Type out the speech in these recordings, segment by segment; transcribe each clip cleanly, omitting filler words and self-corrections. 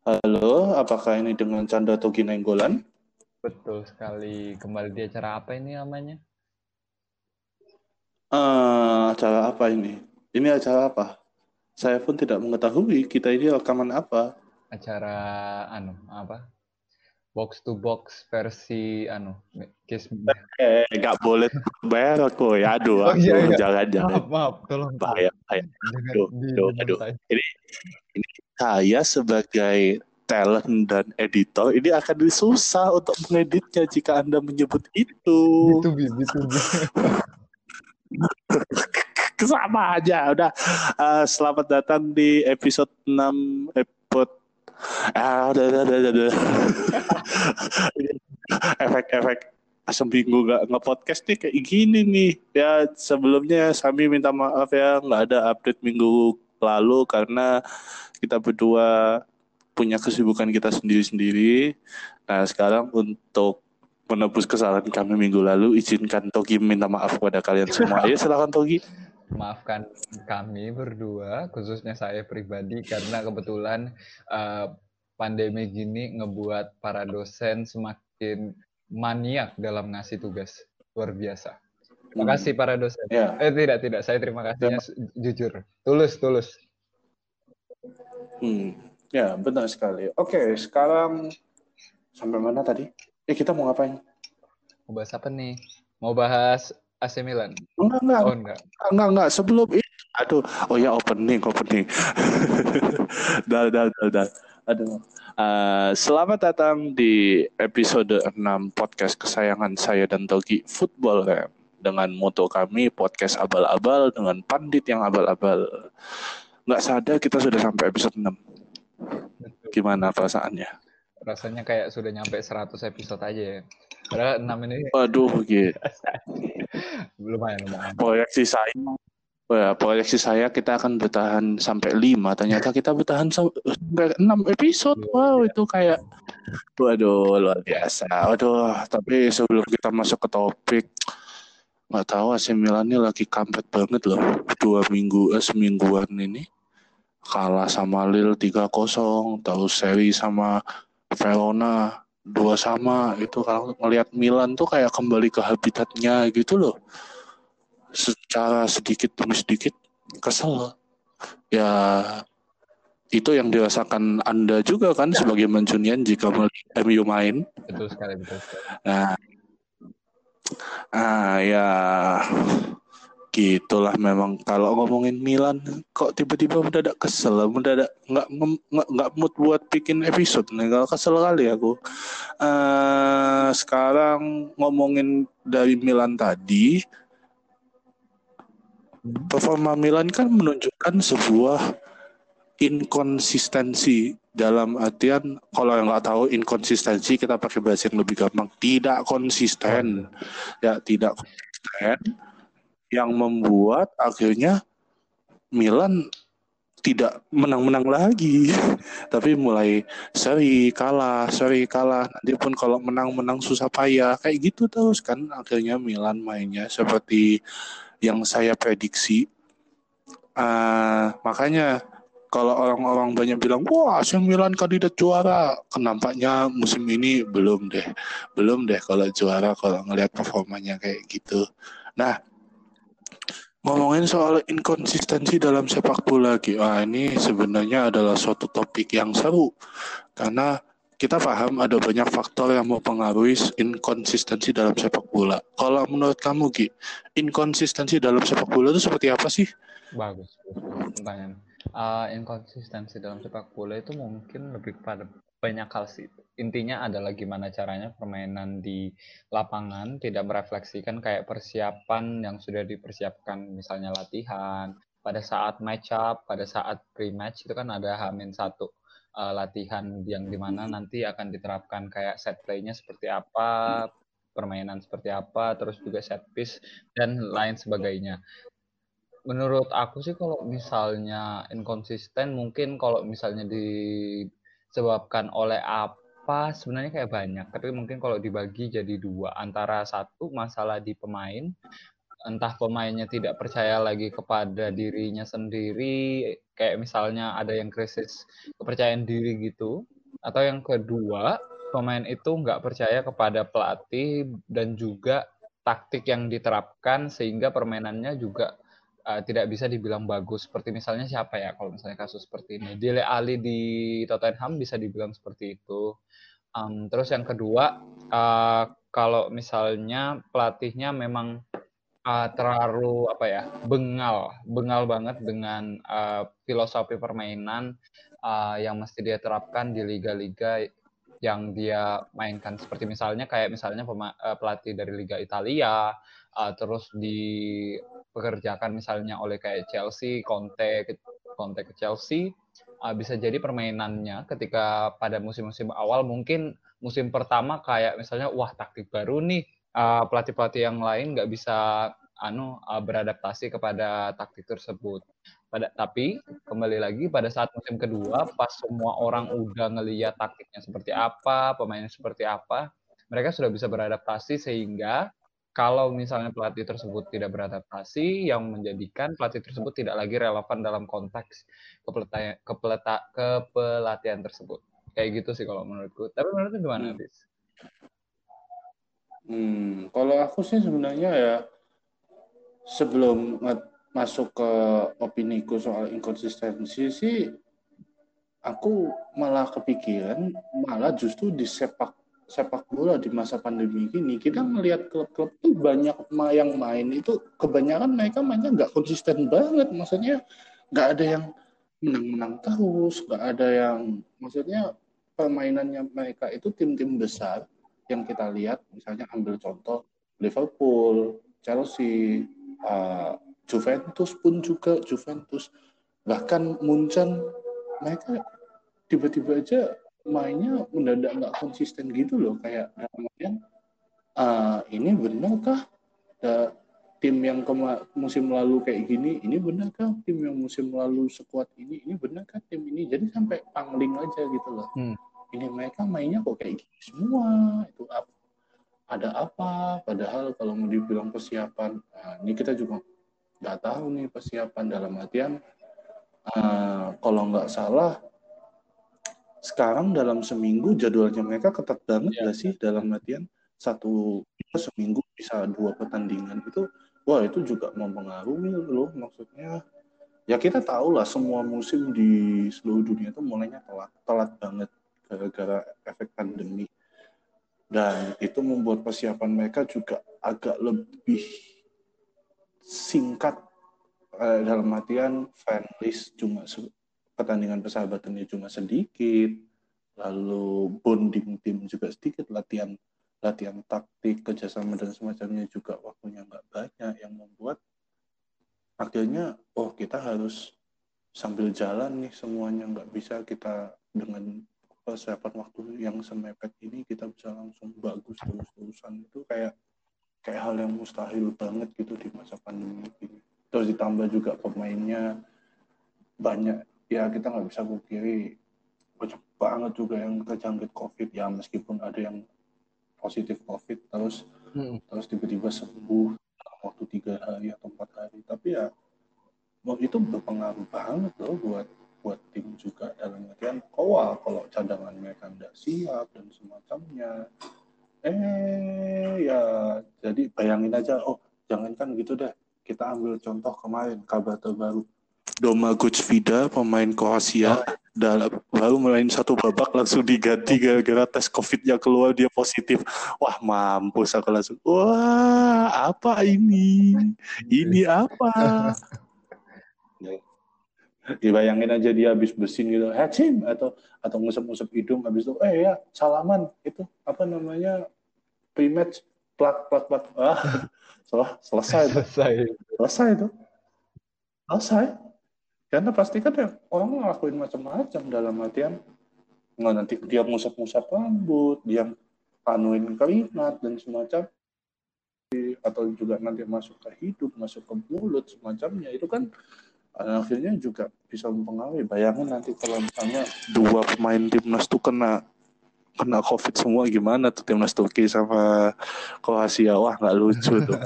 Halo, apakah ini dengan Chandra Togi Nenggolan? Betul sekali. Kembali di acara apa ini namanya? Acara apa ini? Ini acara apa? Saya pun tidak mengetahui kita ini rekaman apa. Acara apa? Box to box versi Kiss Me. Nggak boleh bayar aku ya. Aduh, Oh iya aduh, iya. jangan. Maaf, tolong tolong. Bahaya, bahaya. Jangan Aduh, aduh, aduh. didemonetasi. Ini saya sebagai talent dan editor ini akan susah untuk mengeditnya jika Anda menyebut itu. B2B, B2B. Sama aja. Udah, selamat datang di episode 6 udah. Efek-efek seminggu gak nge-podcast nih kayak gini nih. Ya sebelumnya Sami minta maaf ya nggak ada update minggu lalu karena kita berdua punya kesibukan kita sendiri-sendiri. Nah sekarang untuk menebus kesalahan kami minggu lalu, izinkan Togi minta maaf kepada kalian semua. Ayo silakan Togi. Maafkan kami berdua, khususnya saya pribadi, karena kebetulan eh, pandemi gini ngebuat para dosen semakin maniak dalam ngasih tugas. Luar biasa. Terima kasih Hmm, para dosen. ya. Tidak. Saya terima kasihnya jujur. Tulus, tulus. Hmm, ya benar sekali. Oke, sekarang sampai mana tadi? Kita mau ngapain? Mau bahas apa nih? Mau bahas AC Milan? Enggak, enggak, Oh, enggak. enggak. Sebelum itu, aduh, oh ya opening. Dah. Aduh. Selamat datang di episode 6 podcast kesayangan saya dan Togi, Football Rap. Dengan moto kami, podcast abal-abal dengan pandit yang abal-abal. Nggak sadar kita sudah sampai episode 6. Betul. Gimana perasaannya? Rasanya kayak sudah nyampe 100 episode aja ya. Padahal 6 ini Waduh, gitu. lumayan. Proyeksi saya proyeksi saya kita akan bertahan sampai 5. Ternyata kita bertahan sampai 6 episode. Luar Wow, itu biasa. kayak waduh, luar biasa. Waduh, tapi sebelum kita masuk ke topik, nggak tahu AC Milan ini lagi kampret banget loh. 2 minggu, semingguan ini kalah sama Lille 3-0, terus seri sama Verona 2-2. Itu kalau ngelihat Milan tuh kayak kembali ke habitatnya gitu loh. Secara sedikit demi sedikit kesel. Ya itu yang dirasakan Anda juga kan sebagai Mancunian jika MU main. Betul sekali, betul sekali. Nah, ya gitulah memang kalau ngomongin Milan kok tiba-tiba mendadak kesel, mendadak nggak mood buat bikin episode nih. Kalau kesel kali aku. Sekarang ngomongin dari Milan tadi, performa Milan kan menunjukkan sebuah inkonsistensi dalam artian kalau yang nggak tahu inkonsistensi kita pakai bahasa yang lebih gampang tidak konsisten Waduh. ya tidak konsisten yang membuat akhirnya Milan tidak menang-menang lagi tapi mulai seri kalah nanti pun kalau menang-menang susah payah kayak gitu terus kan akhirnya Milan mainnya seperti yang saya prediksi. Makanya kalau orang-orang banyak bilang, wah AC Milan kandidat juara, nampaknya musim ini belum deh kalau juara kalau ngelihat performanya kayak gitu. Nah, ngomongin soal inkonsistensi dalam sepak bola, ini sebenarnya adalah suatu topik yang seru karena kita paham ada banyak faktor yang mempengaruhi inkonsistensi dalam sepak bola. Kalau menurut kamu, Ki, inkonsistensi dalam sepak bola itu seperti apa sih? Bagus pertanyaan. Inkonsistensi dalam sepak bola itu mungkin lebih kepada banyak hal sih. Intinya adalah gimana caranya permainan di lapangan tidak merefleksikan kayak persiapan yang sudah dipersiapkan, misalnya latihan, pada saat match up, pada saat pre-match itu kan ada H-1 latihan yang dimana nanti akan diterapkan kayak set play-nya seperti apa, permainan seperti apa, terus juga set piece dan lain sebagainya. Menurut aku sih kalau misalnya inkonsisten mungkin kalau misalnya disebabkan oleh apa sebenarnya kayak banyak, tapi mungkin kalau dibagi jadi dua, antara satu masalah di pemain, entah pemainnya tidak percaya lagi kepada dirinya sendiri, kayak misalnya ada yang krisis kepercayaan diri gitu, Atau yang kedua, pemain itu nggak percaya kepada pelatih dan juga taktik yang diterapkan sehingga permainannya juga tidak bisa dibilang bagus. Seperti misalnya siapa ya kalau misalnya kasus seperti ini. Dele Alli di Tottenham bisa dibilang seperti itu. Terus yang kedua, kalau misalnya pelatihnya memang terlalu apa ya, bengal banget dengan filosofi permainan yang mesti dia terapkan di liga-liga yang dia mainkan. Seperti misalnya pelatih dari Liga Italia, terus dipekerjakan misalnya oleh kayak Chelsea, Conte ke Chelsea, bisa jadi permainannya ketika pada musim-musim awal mungkin musim pertama kayak misalnya wah taktik baru nih, pelatih-pelatih yang lain nggak bisa beradaptasi kepada taktik tersebut. Tapi kembali lagi pada saat musim kedua, pas semua orang udah ngeliat taktiknya seperti apa, pemainnya seperti apa, mereka sudah bisa beradaptasi sehingga kalau misalnya pelatih tersebut tidak beradaptasi, yang menjadikan pelatih tersebut tidak lagi relevan dalam konteks kepelatihan tersebut. Kayak gitu sih kalau menurutku. Tapi menurutku gimana, Bis? Kalau aku sih sebenarnya ya sebelum masuk ke opiniku soal inkonsistensi sih, aku malah kepikiran malah justru di sepak bola di masa pandemi ini kita melihat klub-klub tuh banyak yang main itu kebanyakan mereka mainnya nggak konsisten banget, maksudnya nggak ada yang menang-menang terus, nggak ada yang maksudnya permainannya mereka itu tim-tim besar yang kita lihat, misalnya ambil contoh Liverpool, Chelsea, Juventus pun juga Juventus, bahkan Munchen, mereka tiba-tiba aja mainnya mendadak nggak konsisten gitu loh, kayak kemudian ini benarkah tim yang musim lalu kayak gini, ini benarkah tim yang musim lalu sekuat ini benarkah tim ini, jadi sampai pangling aja gitu loh. Ini mereka mainnya kok kayak gini semua, itu ada apa, padahal kalau mau dibilang persiapan, ini kita juga nggak tahu nih persiapan dalam artian kalau nggak salah sekarang dalam seminggu jadwalnya mereka ketat banget nggak sih, dalam artian seminggu bisa 2 pertandingan itu, wah itu juga mempengaruhi loh, maksudnya ya kita tahu lah semua musim di seluruh dunia itu mulainya telat banget gara-gara efek pandemi, dan itu membuat persiapan mereka juga agak lebih singkat, dalam artian fan list cuma pertandingan persahabatannya cuma sedikit, lalu bonding tim juga sedikit, latihan taktik, kerjasama dan semacamnya juga waktunya nggak banyak, yang membuat akhirnya kita harus sambil jalan nih semuanya, nggak bisa kita dengan persiapan waktu yang semepet ini kita bisa langsung bagus terus-terusan, itu kayak hal yang mustahil banget gitu di masa pandemi ini. Terus ditambah juga pemainnya banyak, ya kita nggak bisa pungkiri banyak banget juga yang terjangkit COVID ya, meskipun ada yang positif COVID terus tiba-tiba sembuh waktu 3 hari atau 4 hari, tapi ya itu berpengaruh banget loh buat tim juga, dalam artian kalau cadangan mereka nggak siap dan semacamnya, ya jadi bayangin aja, jangankan gitu deh, kita ambil contoh kemarin kabar terbaru Domagoj Vida, pemain Kroasia, baru main satu babak langsung diganti gara-gara tes COVID-nya keluar dia positif. Wah mampus aku langsung. Wah apa ini? Ini apa? Dibayangin aja dia habis bersin gitu, hacim atau ngusap-ngusap hidung, habis itu ya salaman itu apa namanya pre-match plak selesai itu karena pasti kan ya orang ngelakuin macam-macam, dalam artian nanti dia ngusap-ngusap rambut, dia panuin keringat dan semacam, atau juga nanti masuk ke hidung, masuk ke mulut semacamnya, itu kan akhirnya juga bisa mempengaruhi. Bayangin nanti kalau misalnya 2 pemain timnas tuh kena COVID semua, gimana tuh timnas Turki sama Kroasia, wah nggak lucu tuh.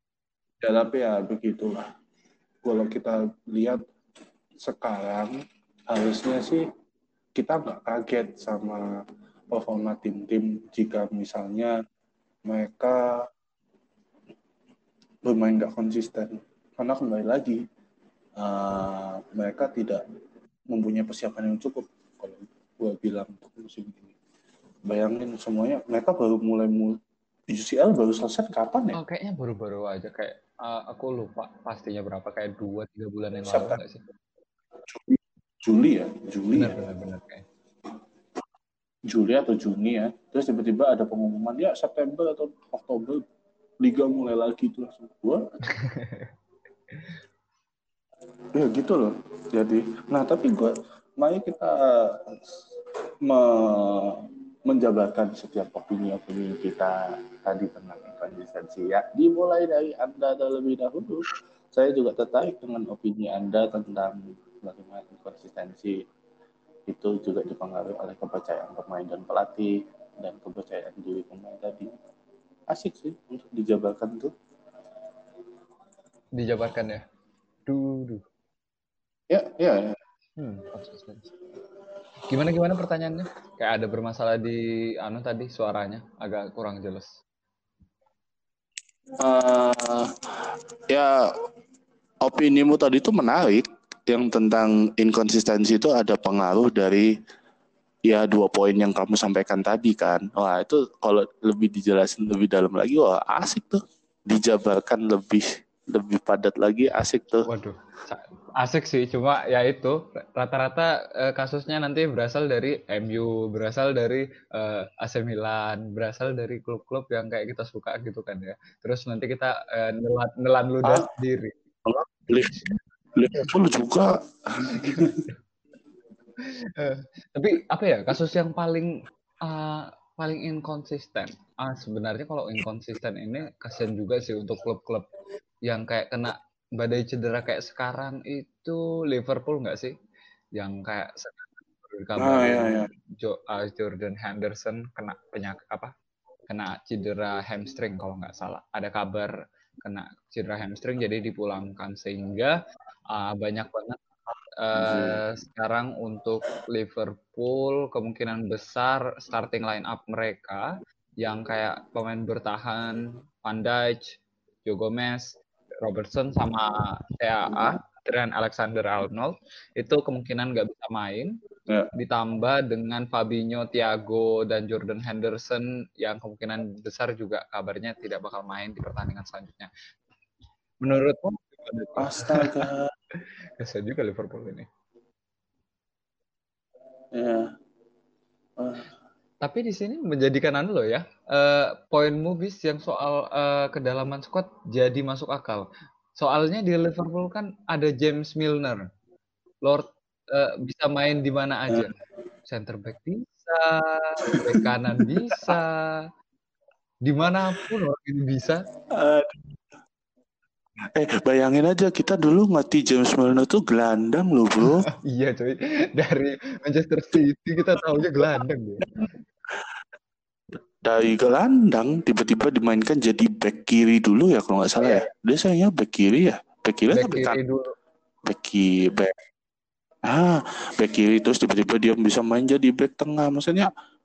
Ya tapi ya begitulah. Kalau kita lihat sekarang harusnya sih kita nggak kaget sama performa tim-tim jika misalnya mereka bermain nggak konsisten. Karena kembali lagi, mereka tidak mempunyai persiapan yang cukup. Kalau gue bilang musim ini, bayangin semuanya, mereka baru mulai UCL baru selesai kapan ya? Oh, kayaknya baru-baru aja kayak aku lupa pastinya berapa, kayak 2-3 bulan yang lalu September, nggak sih? Juli ya, Juli ya, Benar kayak. Juli atau Juni ya. Terus tiba-tiba ada pengumuman ya September atau Oktober liga mulai lagi tuh langsung gua. Ya gitu loh. Jadi, nah tapi mari kita menjabarkan setiap opini-opini kita tadi tentang konsistensi ya. Dimulai dari Anda terlebih dahulu. Saya juga tertarik dengan opini Anda tentang bagaimana konsistensi itu juga dipengaruhi oleh kepercayaan pemain dan pelatih dan kepercayaan diri pemain tadi. Asik sih untuk dijabarkan tuh. Dijabarkan ya. Duh. Ya, ya, ya. Konsistensi. Gimana pertanyaannya? Kayak ada bermasalah di tadi suaranya agak kurang jelas. Uh, ya opinimu tadi itu menarik yang tentang inkonsistensi itu ada pengaruh dari ya 2 poin yang kamu sampaikan tadi kan. Wah itu kalau lebih dijelasin lebih dalam lagi wah asik tuh dijabarkan lebih padat lagi asik tuh. Waduh, asik sih. Cuma ya itu rata-rata kasusnya nanti berasal dari MU, berasal dari AC Milan, berasal dari klub-klub yang kayak kita suka gitu kan ya. Terus nanti kita nelan ludah Ah, sendiri. Liverpool juga. Tapi apa ya, kasus yang paling inkonsisten. Sebenarnya kalau inkonsisten ini kasihan juga sih untuk klub-klub yang kayak kena badai cedera kayak sekarang itu Liverpool nggak sih? Yang kayak sekarang baru dikabarin Ya, ya. Jordan Henderson kena penyakit apa? Kena cedera hamstring kalau nggak salah. Ada kabar kena cedera hamstring jadi dipulangkan sehingga banyak banget sekarang untuk Liverpool kemungkinan besar starting line up mereka yang kayak pemain bertahan Van Dijk, Joe Gomez, Robertson sama CAA Trent Alexander-Arnold itu kemungkinan nggak bisa main, Ya. ditambah dengan Fabinho, Thiago dan Jordan Henderson yang kemungkinan besar juga kabarnya tidak bakal main di pertandingan selanjutnya. Menurutmu gimana tuh? Astaga. Kasian juga Liverpool ini. Ya. Tapi di sini menjadikan loh ya, poinmu bis yang soal kedalaman squad jadi masuk akal. Soalnya di Liverpool kan ada James Milner, Lord bisa main di mana aja. Center back bisa, back kanan bisa, dimanapun orang ini bisa. Bayangin aja kita dulu ngerti James Milner tuh gelandang loh bro. Iya coy, dari Manchester City kita tahunya gelandang ya. Dari gelandang tiba-tiba dimainkan jadi back kiri dulu ya kalau nggak salah ya. Dia sayangnya back kiri ya. Back kiri Back atau back kiri kanan? dulu. Back kiri, back kiri terus tiba-tiba dia bisa main jadi back tengah. Maksudnya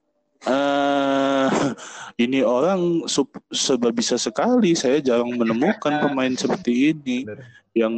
ini orang serba bisa sekali. Saya jarang menemukan pemain seperti ini yang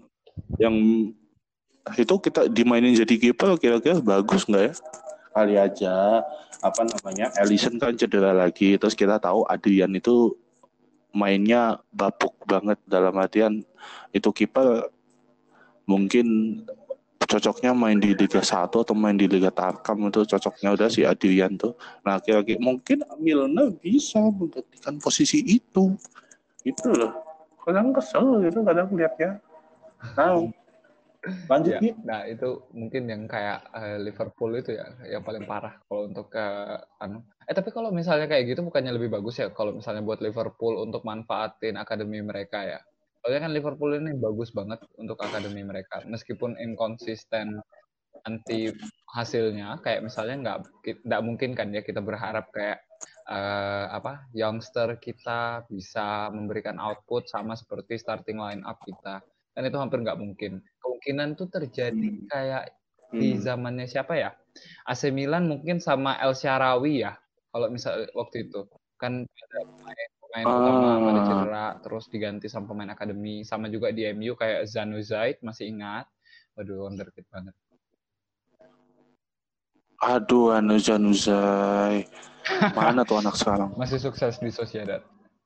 itu kita dimainin jadi kiper kira-kira bagus nggak ya? Kali aja Alisson kan cedera lagi terus kita tahu Adrian itu mainnya bapuk banget dalam artian itu kiper mungkin cocoknya main di Liga 1 atau main di Liga Tarkam itu cocoknya udah si Adrian tuh. Nah kira-kira mungkin Milner bisa menggantikan posisi itu. Itu loh. Kadang kesel gitu kadang lihatnya. Nah, lanjut Ya, nih. nah itu mungkin yang kayak Liverpool itu ya, yang paling parah kalau untuk tapi kalau misalnya kayak gitu bukannya lebih bagus ya kalau misalnya buat Liverpool untuk manfaatin akademi mereka ya. Soalnya kan Liverpool ini bagus banget untuk akademi mereka, meskipun inkonsisten nanti hasilnya, kayak misalnya nggak mungkin kan ya kita berharap kayak youngster kita bisa memberikan output sama seperti starting line up kita, kan itu hampir nggak mungkin. Kemungkinan tuh terjadi kayak di zamannya siapa ya? AC Milan mungkin sama El Shaarawy ya. Kalau misal waktu itu kan ada pemain utama pada cedera terus diganti sama pemain akademi, sama juga di MU kayak Zanuzaj, masih ingat? Waduh, wonderkid banget. Aduh, Januzaj. Mana tuh anak sekarang? Masih sukses di Sociedad.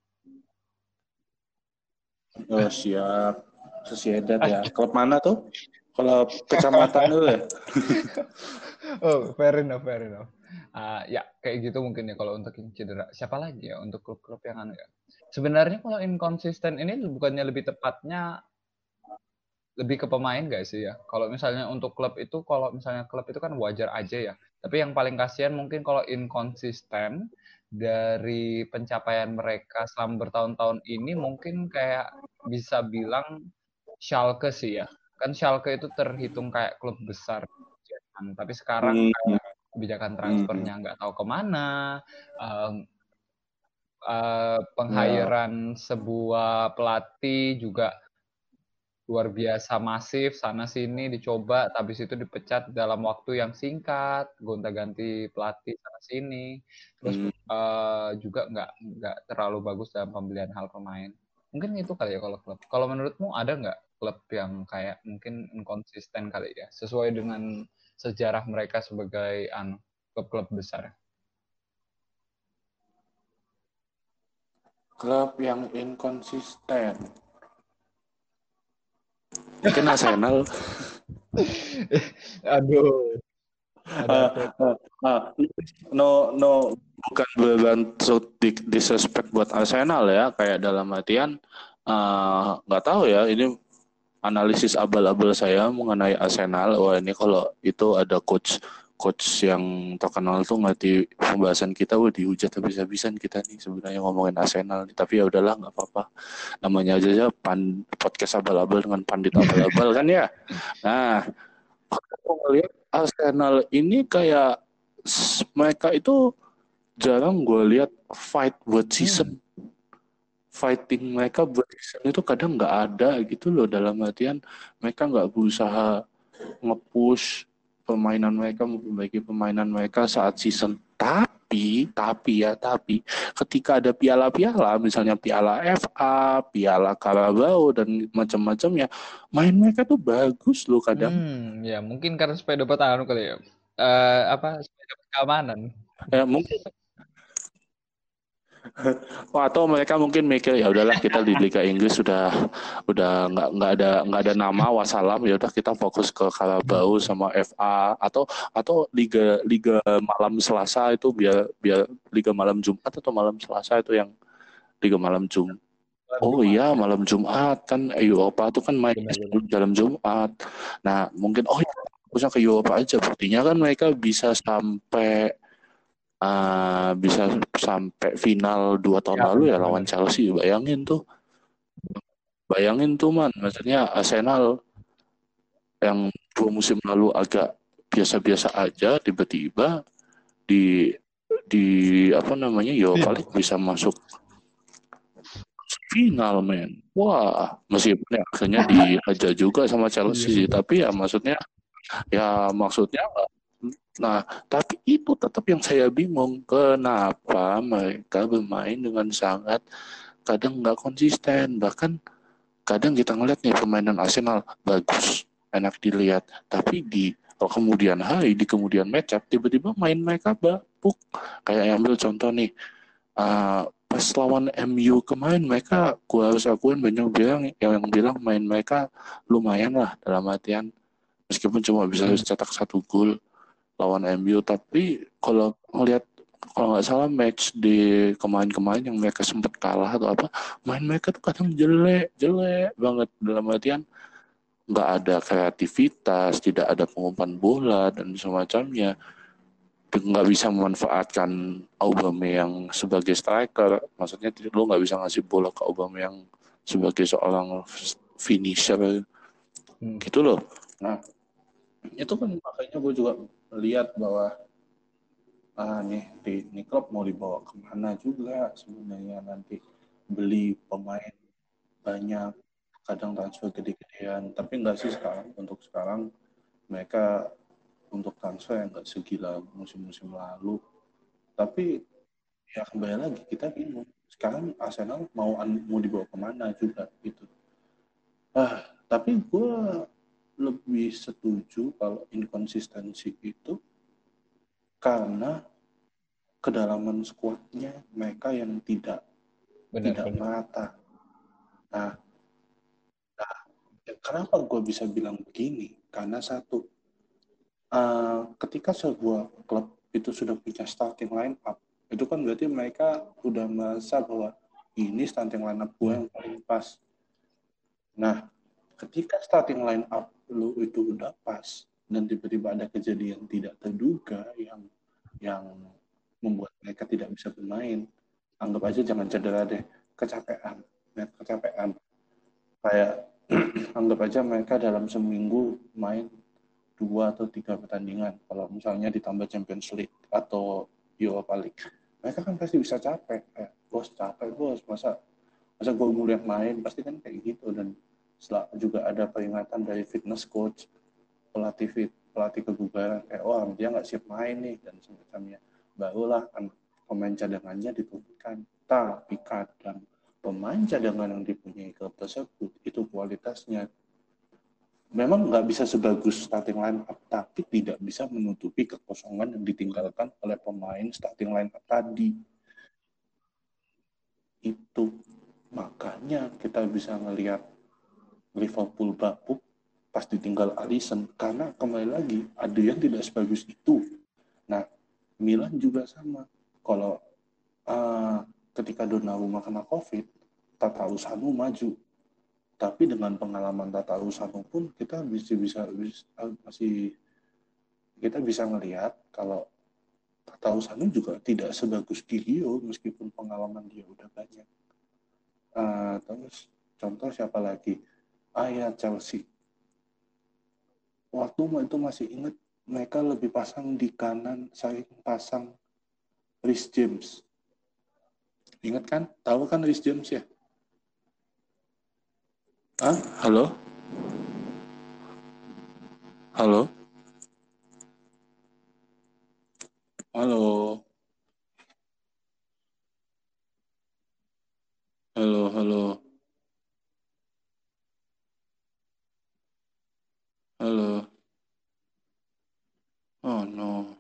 Oh, siap. Sociedad ya. Klub mana tuh? Klub kecamatan dulu ya? Oh, fair enough. Ya, kayak gitu mungkin ya kalau untuk yang cedera. Siapa lagi ya untuk klub-klub yang anu ya? Sebenarnya kalau inkonsisten ini bukannya lebih tepatnya lebih ke pemain gak sih ya? Kalau misalnya untuk klub itu, kalau misalnya klub itu kan wajar aja ya. Tapi yang paling kasihan mungkin kalau inkonsisten dari pencapaian mereka selama bertahun-tahun ini mungkin kayak bisa bilang Schalke sih ya. Kan Schalke itu terhitung kayak klub besar. Tapi sekarang kebijakan transfernya nggak tahu kemana. Penghiran sebuah pelatih juga luar biasa masif, sana sini dicoba, habis itu dipecat dalam waktu yang singkat, gonta-ganti pelatih sana sini, terus juga nggak terlalu bagus dalam pembelian hal pemain. Mungkin itu kali ya kalau klub. Kalau menurutmu ada nggak klub yang kayak mungkin inkonsisten kali ya, sesuai dengan sejarah mereka sebagai klub-klub besar? Klub yang inkonsisten. Mungkin Arsenal. Aduh. No, bukan berbentuk disrespect buat Arsenal ya, kayak dalam artian nggak tahu ya, ini analisis abal-abal saya mengenai Arsenal. Wah, ini kalau itu ada coach yang terkenal tuh ngerti pembahasan kita, dihujat habis-habisan kita nih sebenarnya ngomongin Arsenal. Tapi ya udahlah, nggak apa-apa. Namanya aja podcast abal-abal dengan pandit abal-abal kan ya. Nah, aku ngeliat Arsenal ini kayak mereka itu jarang gue lihat fight buat season. Fighting mereka buat season itu kadang nggak ada gitu loh, dalam artian mereka nggak berusaha nge-push permainan mereka, memperbaiki permainan mereka saat season. Tapi ketika ada piala-piala, misalnya piala FA, piala Carabao dan macam-macamnya, main mereka tuh bagus loh kadang. Ya mungkin karena supaya dapat kali ya. Supaya dapat keamanan. Ya mungkin atau mereka mungkin mikir ya udahlah, kita di Liga Inggris udah nggak ada nama, wassalam, ya udah kita fokus ke Carabao sama FA, atau liga liga malam Selasa itu, biar biar liga malam Jumat atau malam Selasa itu yang liga malam Jumat. Oh iya, malam Jumat kan Eropa tuh kan mainnya dalam Jumat. Nah mungkin ya fokusnya ke Eropa aja, buktinya kan mereka bisa sampai final 2 tahun lalu ya lawan Chelsea. Bayangin tuh man, maksudnya Arsenal yang 2 musim lalu agak biasa-biasa aja, tiba-tiba di apa namanya Europa League bisa masuk final, men. Wah, meskipun ya akhirnya diajar juga sama Chelsea, tapi ya maksudnya nah, tapi itu tetap yang saya bingung, kenapa mereka bermain dengan sangat kadang nggak konsisten. Bahkan kadang kita ngeliat nih permainan Arsenal bagus, enak dilihat, tapi di kemudian hari, di kemudian match up, tiba-tiba main mereka bapuk. Kayak ambil contoh nih, pas lawan MU kemarin, mereka gua harus akuin banyak yang bilang main mereka lumayan lah, dalam artian meskipun cuma bisa cetak 1 gol lawan MU, tapi kalau nggak salah match di kemarin-kemarin yang mereka sempat kalah atau apa, main mereka tuh kadang jelek banget, dalam artian nggak ada kreativitas, tidak ada pengumpan bola dan semacamnya, nggak bisa memanfaatkan Aubameyang sebagai striker. Maksudnya lo nggak bisa ngasih bola ke Aubameyang sebagai seorang finisher gitu loh. Nah itu kan makanya gue juga lihat bahwa nih klub mau dibawa kemana juga sebenarnya, nanti beli pemain banyak, kadang transfer gede-gedean, tapi enggak sih sekarang. Untuk sekarang mereka untuk transfer yang nggak segila musim-musim lalu. Tapi ya kembali lagi kita bingung. Sekarang Arsenal mau dibawa kemana juga gitu. Tapi gue lebih setuju kalau inkonsistensi itu karena kedalaman skuadnya mereka yang tidak Benar. merata. Nah, kenapa gue bisa bilang begini? Karena satu, ketika sebuah klub itu sudah punya starting line up, itu kan berarti mereka udah merasa bahwa ini starting line up gue yang paling pas. Nah, ketika starting line up lu itu udah pas dan tiba-tiba ada kejadian tidak terduga yang membuat mereka tidak bisa bermain, anggap aja jangan cedera deh, kecapean. Kayak anggap aja mereka dalam seminggu main 2 atau 3 pertandingan. Kalau misalnya ditambah Champions League atau Europa League, mereka kan pasti bisa capek. Bos capek bos, masa gue mulai main, pasti kan kayak gitu. Dan setelah juga ada peringatan dari fitness coach, pelatih kebugaran, dia nggak siap main nih dan semacamnya. Barulah pemain cadangannya diturunkan. Tapi kadang pemain cadangan yang dipunyai klub tersebut itu kualitasnya memang nggak bisa sebagus starting line up, tapi tidak bisa menutupi kekosongan yang ditinggalkan oleh pemain starting line up tadi. Itu makanya kita bisa ngelihat Liverpool bapuk pas ditinggal Alisson, karena kembali lagi ada yang tidak sebagus itu. Nah, Milan juga sama. Kalau ketika Donnarumma kena COVID, Tatarusanu maju. Tapi dengan pengalaman Tatarusanu pun kita bisa melihat kalau Tatarusanu juga tidak sebagus Giglio meskipun pengalaman dia udah banyak. Terus contoh siapa lagi? Chelsea. Waktu itu masih ingat mereka lebih pasang di kanan, saya pasang Reece James. Ingat kan? Tahu kan Reece James ya? Halo? Halo? Halo? Halo, halo. Halo. Oh no.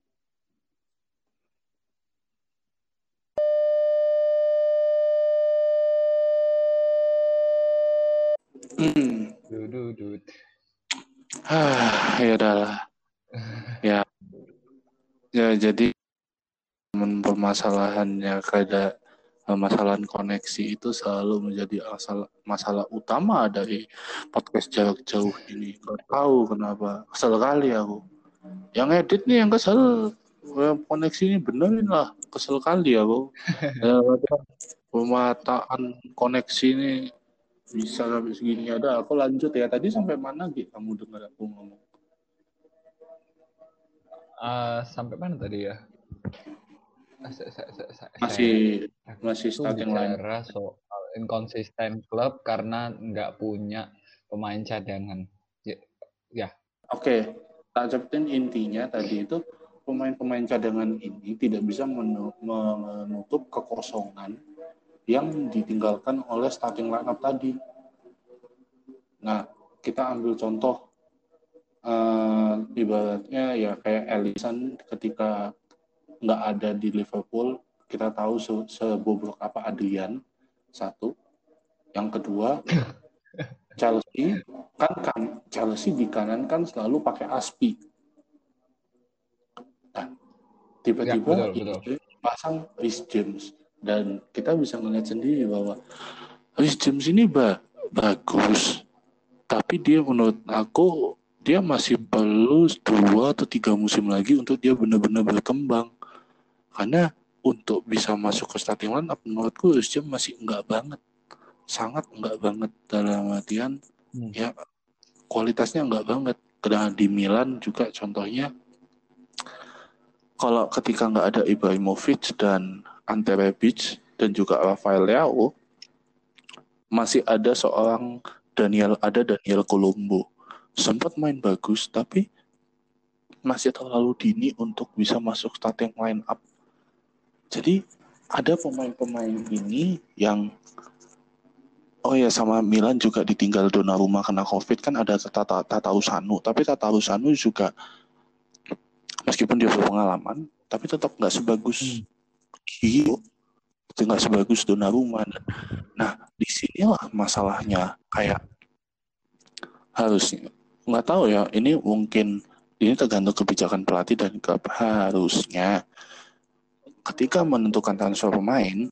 Ya udahlah. Ya jadi permasalahannya kayak masalahan koneksi itu selalu menjadi masalah utama dari podcast jarak jauh ini. Gak tahu kenapa, kesel kali aku. Yang edit nih yang kesel, koneksi ini benerin lah, kesel kali aku. Pemataan koneksi ini bisa sampai segini. Ada, aku lanjut ya. Tadi sampai mana gitu kamu dengar aku ngomong? Sampai mana tadi ya? Masih starting line. Bicara soal inkonsisten klub karena nggak punya pemain cadangan. Ya. Oke, tak cepetin intinya tadi itu pemain-pemain cadangan ini tidak bisa menutup kekosongan yang ditinggalkan oleh starting lineup tadi. Nah, kita ambil contoh ibaratnya ya kayak Alisson ketika nggak ada di Liverpool, kita tahu sebobrok apa Adrian, satu. Yang kedua, Chelsea di kanan kan selalu pakai Aspi. Nah, tiba-tiba betul. pasang Reece James dan kita bisa melihat sendiri bahwa Reece James ini bagus, tapi dia menurut aku dia masih perlu 2 atau 3 musim lagi untuk dia benar-benar berkembang. Karena untuk bisa masuk ke starting line up menurutku Reece James masih enggak banget. Sangat enggak banget dalam artian ya kualitasnya enggak banget. Karena di Milan juga contohnya kalau ketika nggak ada Ibrahimovic dan Ante Rebic dan juga Rafael Leao, masih ada Daniel Colombo. Sempat main bagus, tapi masih terlalu dini untuk bisa masuk starting line up. Jadi ada pemain-pemain ini yang sama Milan juga ditinggal Donnarumma kena COVID, kan ada Tatarusanu, tapi Tatarusanu juga meskipun dia berpengalaman tapi tetap nggak sebagus Gio, nggak sebagus Donnarumma. Nah disinilah masalahnya, kayak harusnya, nggak tahu ya, ini mungkin ini tergantung kebijakan pelatih dan klub. Harusnya ketika menentukan transfer pemain,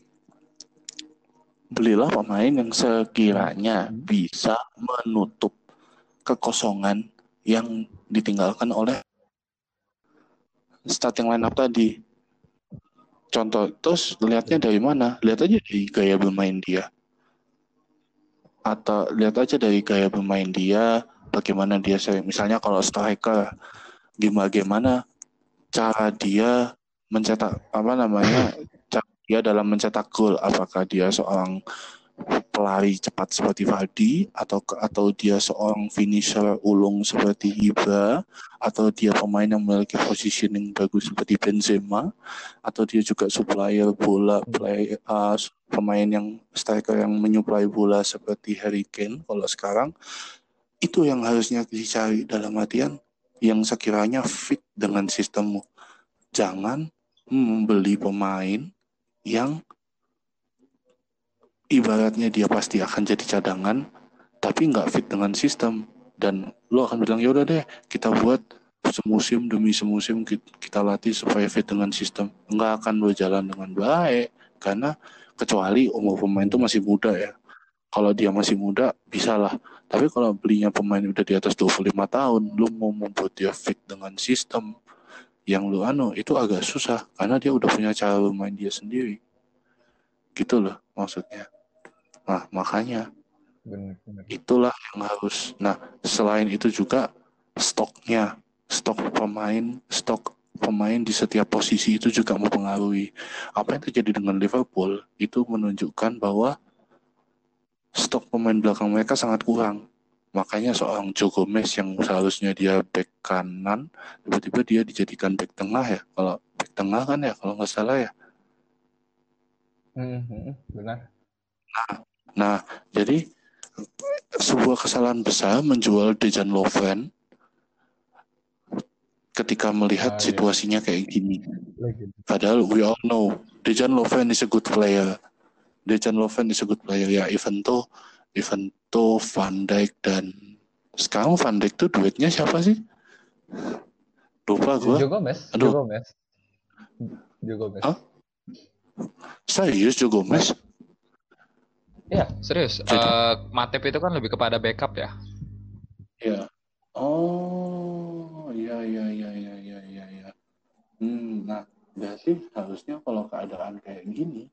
belilah pemain yang sekiranya bisa menutup kekosongan yang ditinggalkan oleh starting line up tadi. Contoh, terus lihatnya dari mana? Lihat aja dari gaya bermain dia. Atau lihat aja dari gaya bermain dia, bagaimana dia sering, misalnya kalau striker, gimana cara dia mencetak cara dia dalam mencetak gol. Apakah dia seorang pelari cepat seperti Vardy, atau dia seorang finisher ulung seperti Ibra, atau dia pemain yang memiliki positioning bagus seperti Benzema, atau dia juga supplier bola, pemain yang striker yang menyuplai bola seperti Harry Kane. Kalau sekarang itu yang harusnya dicari, dalam artian yang sekiranya fit dengan sistemmu. Jangan membeli pemain yang ibaratnya dia pasti akan jadi cadangan tapi nggak fit dengan sistem, dan lo akan bilang ya udah deh kita buat semusim demi semusim, kita latih supaya fit dengan sistem. Nggak akan berjalan dengan baik, karena kecuali umur pemain itu masih muda ya. Kalau dia masih muda bisa lah, tapi kalau belinya pemain udah di atas 25 tahun, lo mau membuat dia fit dengan sistem yang lo itu agak susah, karena dia udah punya cara bermain dia sendiri gitu loh maksudnya. Nah makanya itulah yang harus. Nah selain itu juga stok pemain di setiap posisi itu juga mempengaruhi. Apa yang terjadi dengan Liverpool itu menunjukkan bahwa stok pemain belakang mereka sangat kurang. Makanya seorang Joe Gomez yang seharusnya dia back kanan, tiba-tiba dia dijadikan back tengah ya. Kalau back tengah kan ya, kalau nggak salah ya. Benar. Nah, jadi sebuah kesalahan besar menjual Dejan Lovren ketika melihat situasinya kayak gini. Padahal we all know Dejan Lovren is a good player. Ya, even though Van Dijk, dan sekarang Van Dijk tuh duetnya siapa sih? Lupa gue. Joe Gomez. Hah? Serius Joe Gomez? Iya, serius. Matip itu kan lebih kepada backup ya. Iya. Oh, iya. Nah, berarti harusnya kalau keadaan kayak gini,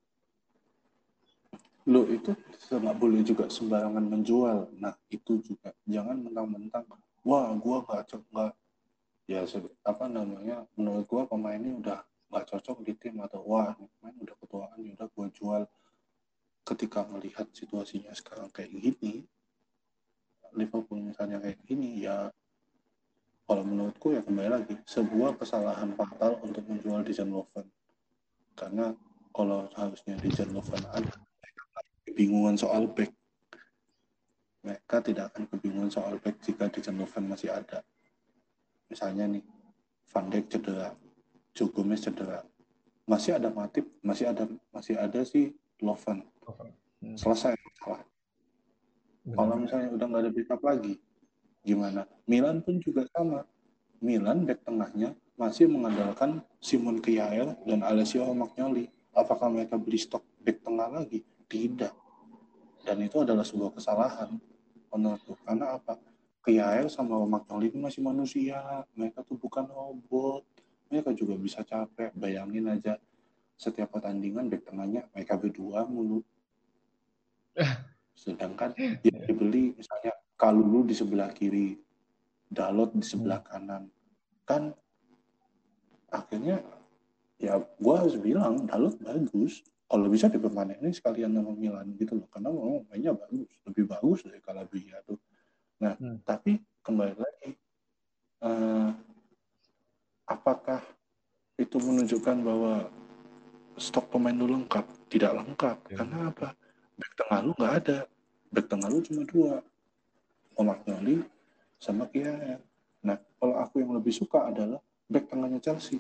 lo itu nggak boleh juga sembarangan menjual. Nah, itu juga jangan mentang-mentang, wah, gue nggak ya menurut gue pemain ini udah nggak cocok di tim, atau wah pemain udah ketuaan, ya udah gue jual. Ketika melihat situasinya sekarang kayak gini, Liverpool misalnya kayak gini, ya kalau menurutku ya kembali lagi sebuah kesalahan fatal untuk menjual Dejan Lovren. Karena kalau harusnya Dejan Lovren ada, kebingungan soal back. Mereka tidak akan kebingungan soal back jika Dejan Lovren masih ada. Misalnya nih, Van Dijk cedera, Joe Gomez cedera, masih ada Matip, masih ada si Lovren. Selesai masalah. Kalau misalnya udah nggak ada backup lagi, gimana? Milan pun juga sama. Milan back tengahnya masih mengandalkan Simon Kjaer dan Alessio Romagnoli. Apakah mereka beli stok back tengah lagi? Tidak. Dan itu adalah sebuah kesalahan menurutku. Karena apa? Kjaer sama Romagnoli itu masih manusia. Mereka tuh bukan robot. Mereka juga bisa capek. Bayangin aja setiap pertandingan back tengahnya mereka berdua mulu. Sedangkan dia dibeli misalnya Kalulu di sebelah kiri, Dalot di sebelah kanan. Kan akhirnya ya gue harus bilang Dalot bagus. Kalau bisa dipermanenin sekalian sama Milan gitu loh. Karena memang mainnya bagus. Lebih bagus dari Calabria tuh. Nah, tapi kembali lagi apakah itu menunjukkan bahwa stok pemain lu lengkap? Tidak lengkap. Karena apa? Back tengah lu nggak ada. Back tengah lu cuma 2, Omar Nyoli sama Kiai. Nah, kalau aku yang lebih suka adalah back tengahnya Chelsea.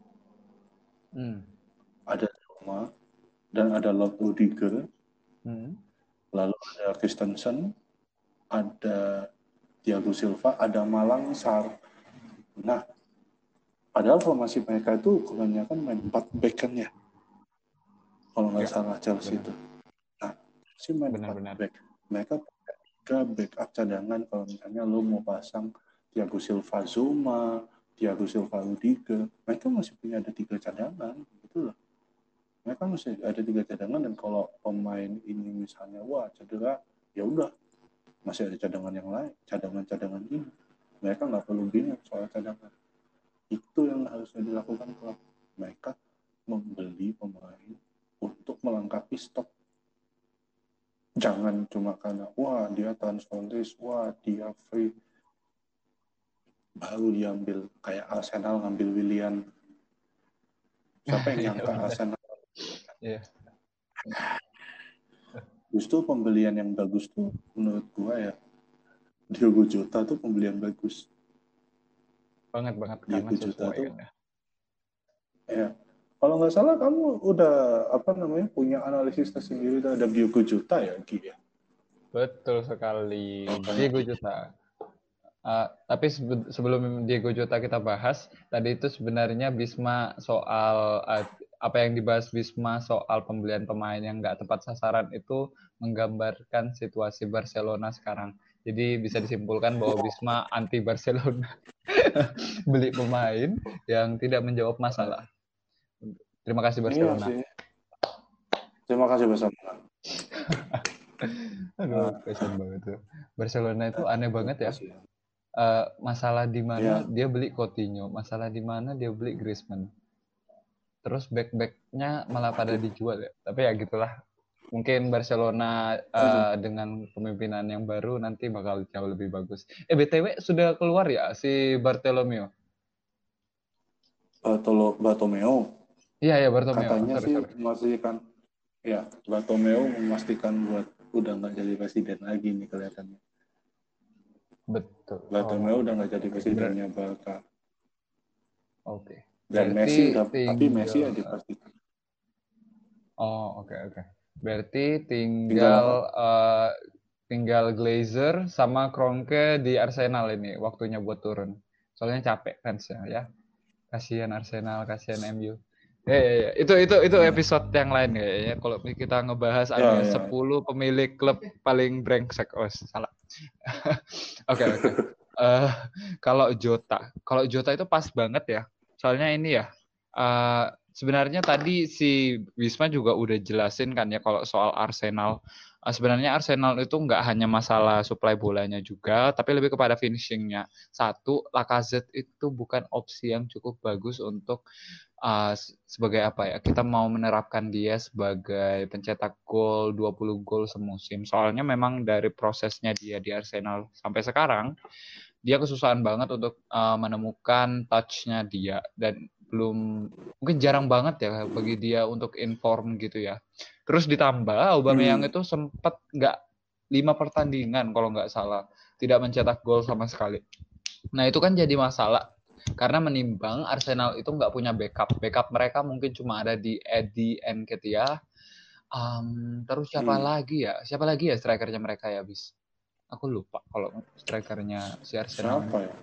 Ada Roma dan ada Lord Rudiger. Lalu ada Christensen, ada Thiago Silva, ada Malang Sar. Nah, padahal formasi mereka itu kebanyakan main 4 back kan ya. Kalau nggak salah Chelsea itu. Nah, sih main 4 back. Mereka punya 3 backup cadangan kalau misalnya lo mau pasang Thiago Silva Zuma, Thiago Silva Rudiger. Mereka masih punya ada 3 cadangan, gitu loh. Mereka masih ada 3 cadangan, dan kalau pemain ini misalnya cedera, ya udah masih ada cadangan yang lain, cadangan ini. Mereka nggak perlu bingung soal cadangan. Itu yang harusnya dilakukan klub. Mereka membeli pemain untuk melengkapi stok. Jangan cuma karena dia transfer list, dia free, baru diambil. Kayak Arsenal ngambil Willian. Siapa yang nyangka Arsenal? Iya. Justru pembelian yang bagus tuh menurut gua ya, Diogo Jota tuh pembelian bagus. Banget Diogo Jota tuh. Kan, Ya. Kalau nggak salah kamu udah punya analisis tersendiri terhadap Diogo Jota ya, Gi ya? Betul sekali. Diogo Jota. Tapi sebelum Diogo Jota kita bahas, tadi itu sebenarnya Bisma soal apa yang dibahas Bisma soal pembelian pemain yang nggak tepat sasaran itu menggambarkan situasi Barcelona sekarang. Jadi bisa disimpulkan bahwa Bisma anti Barcelona. Beli pemain yang tidak menjawab masalah. Terima kasih Barcelona. Iya sih. Terima kasih Barcelona. Aduh, kasihan banget tuh. Barcelona itu aneh banget ya. Masalah di mana dia beli Coutinho, masalah di mana dia beli Griezmann. Terus back-backnya malah pada dijual ya. Tapi ya gitulah. Mungkin Barcelona dengan pemimpinan yang baru nanti bakal jauh lebih bagus. BTW sudah keluar ya si Bartomeu? Bartomeu. Iya Bartomeu. Katanya memastikan, ya Bartomeu memastikan buat udah nggak jadi presiden lagi nih kelihatannya. Betul. Bartomeu udah nggak jadi presidennya Barca. Oke. Dan Messi udah, tapi Messi ya dipastikan. Oke. Berarti tinggal Glazer sama Kroenke di Arsenal ini waktunya buat turun. Soalnya capek fansnya ya. Kasihan Arsenal, kasihan MU. Itu episode yang lain ya. Kalau kita ngebahas ada 10 pemilik klub paling brengsek. Salah. Oke. Kalau Jota itu pas banget ya. Soalnya ini ya. Sebenarnya tadi si Wisma juga udah jelasin kan ya kalau soal Arsenal. Sebenarnya Arsenal itu nggak hanya masalah supply bolanya juga, tapi lebih kepada finishingnya. Satu, Lacazette itu bukan opsi yang cukup bagus untuk sebagai apa ya, kita mau menerapkan dia sebagai pencetak gol 20 gol semusim. Soalnya memang dari prosesnya dia di Arsenal sampai sekarang, dia kesusahan banget untuk menemukan touch-nya dia, dan mungkin jarang banget ya bagi dia untuk inform gitu ya. Terus ditambah Aubameyang itu sempat nggak 5 pertandingan kalau nggak salah tidak mencetak gol sama sekali. Nah itu kan jadi masalah karena menimbang Arsenal itu nggak punya backup mereka mungkin cuma ada di Eddie Nketiah. Terus siapa lagi ya strikernya mereka ya bis. Aku lupa kalau strikernya si Arsenal. Siapa ya?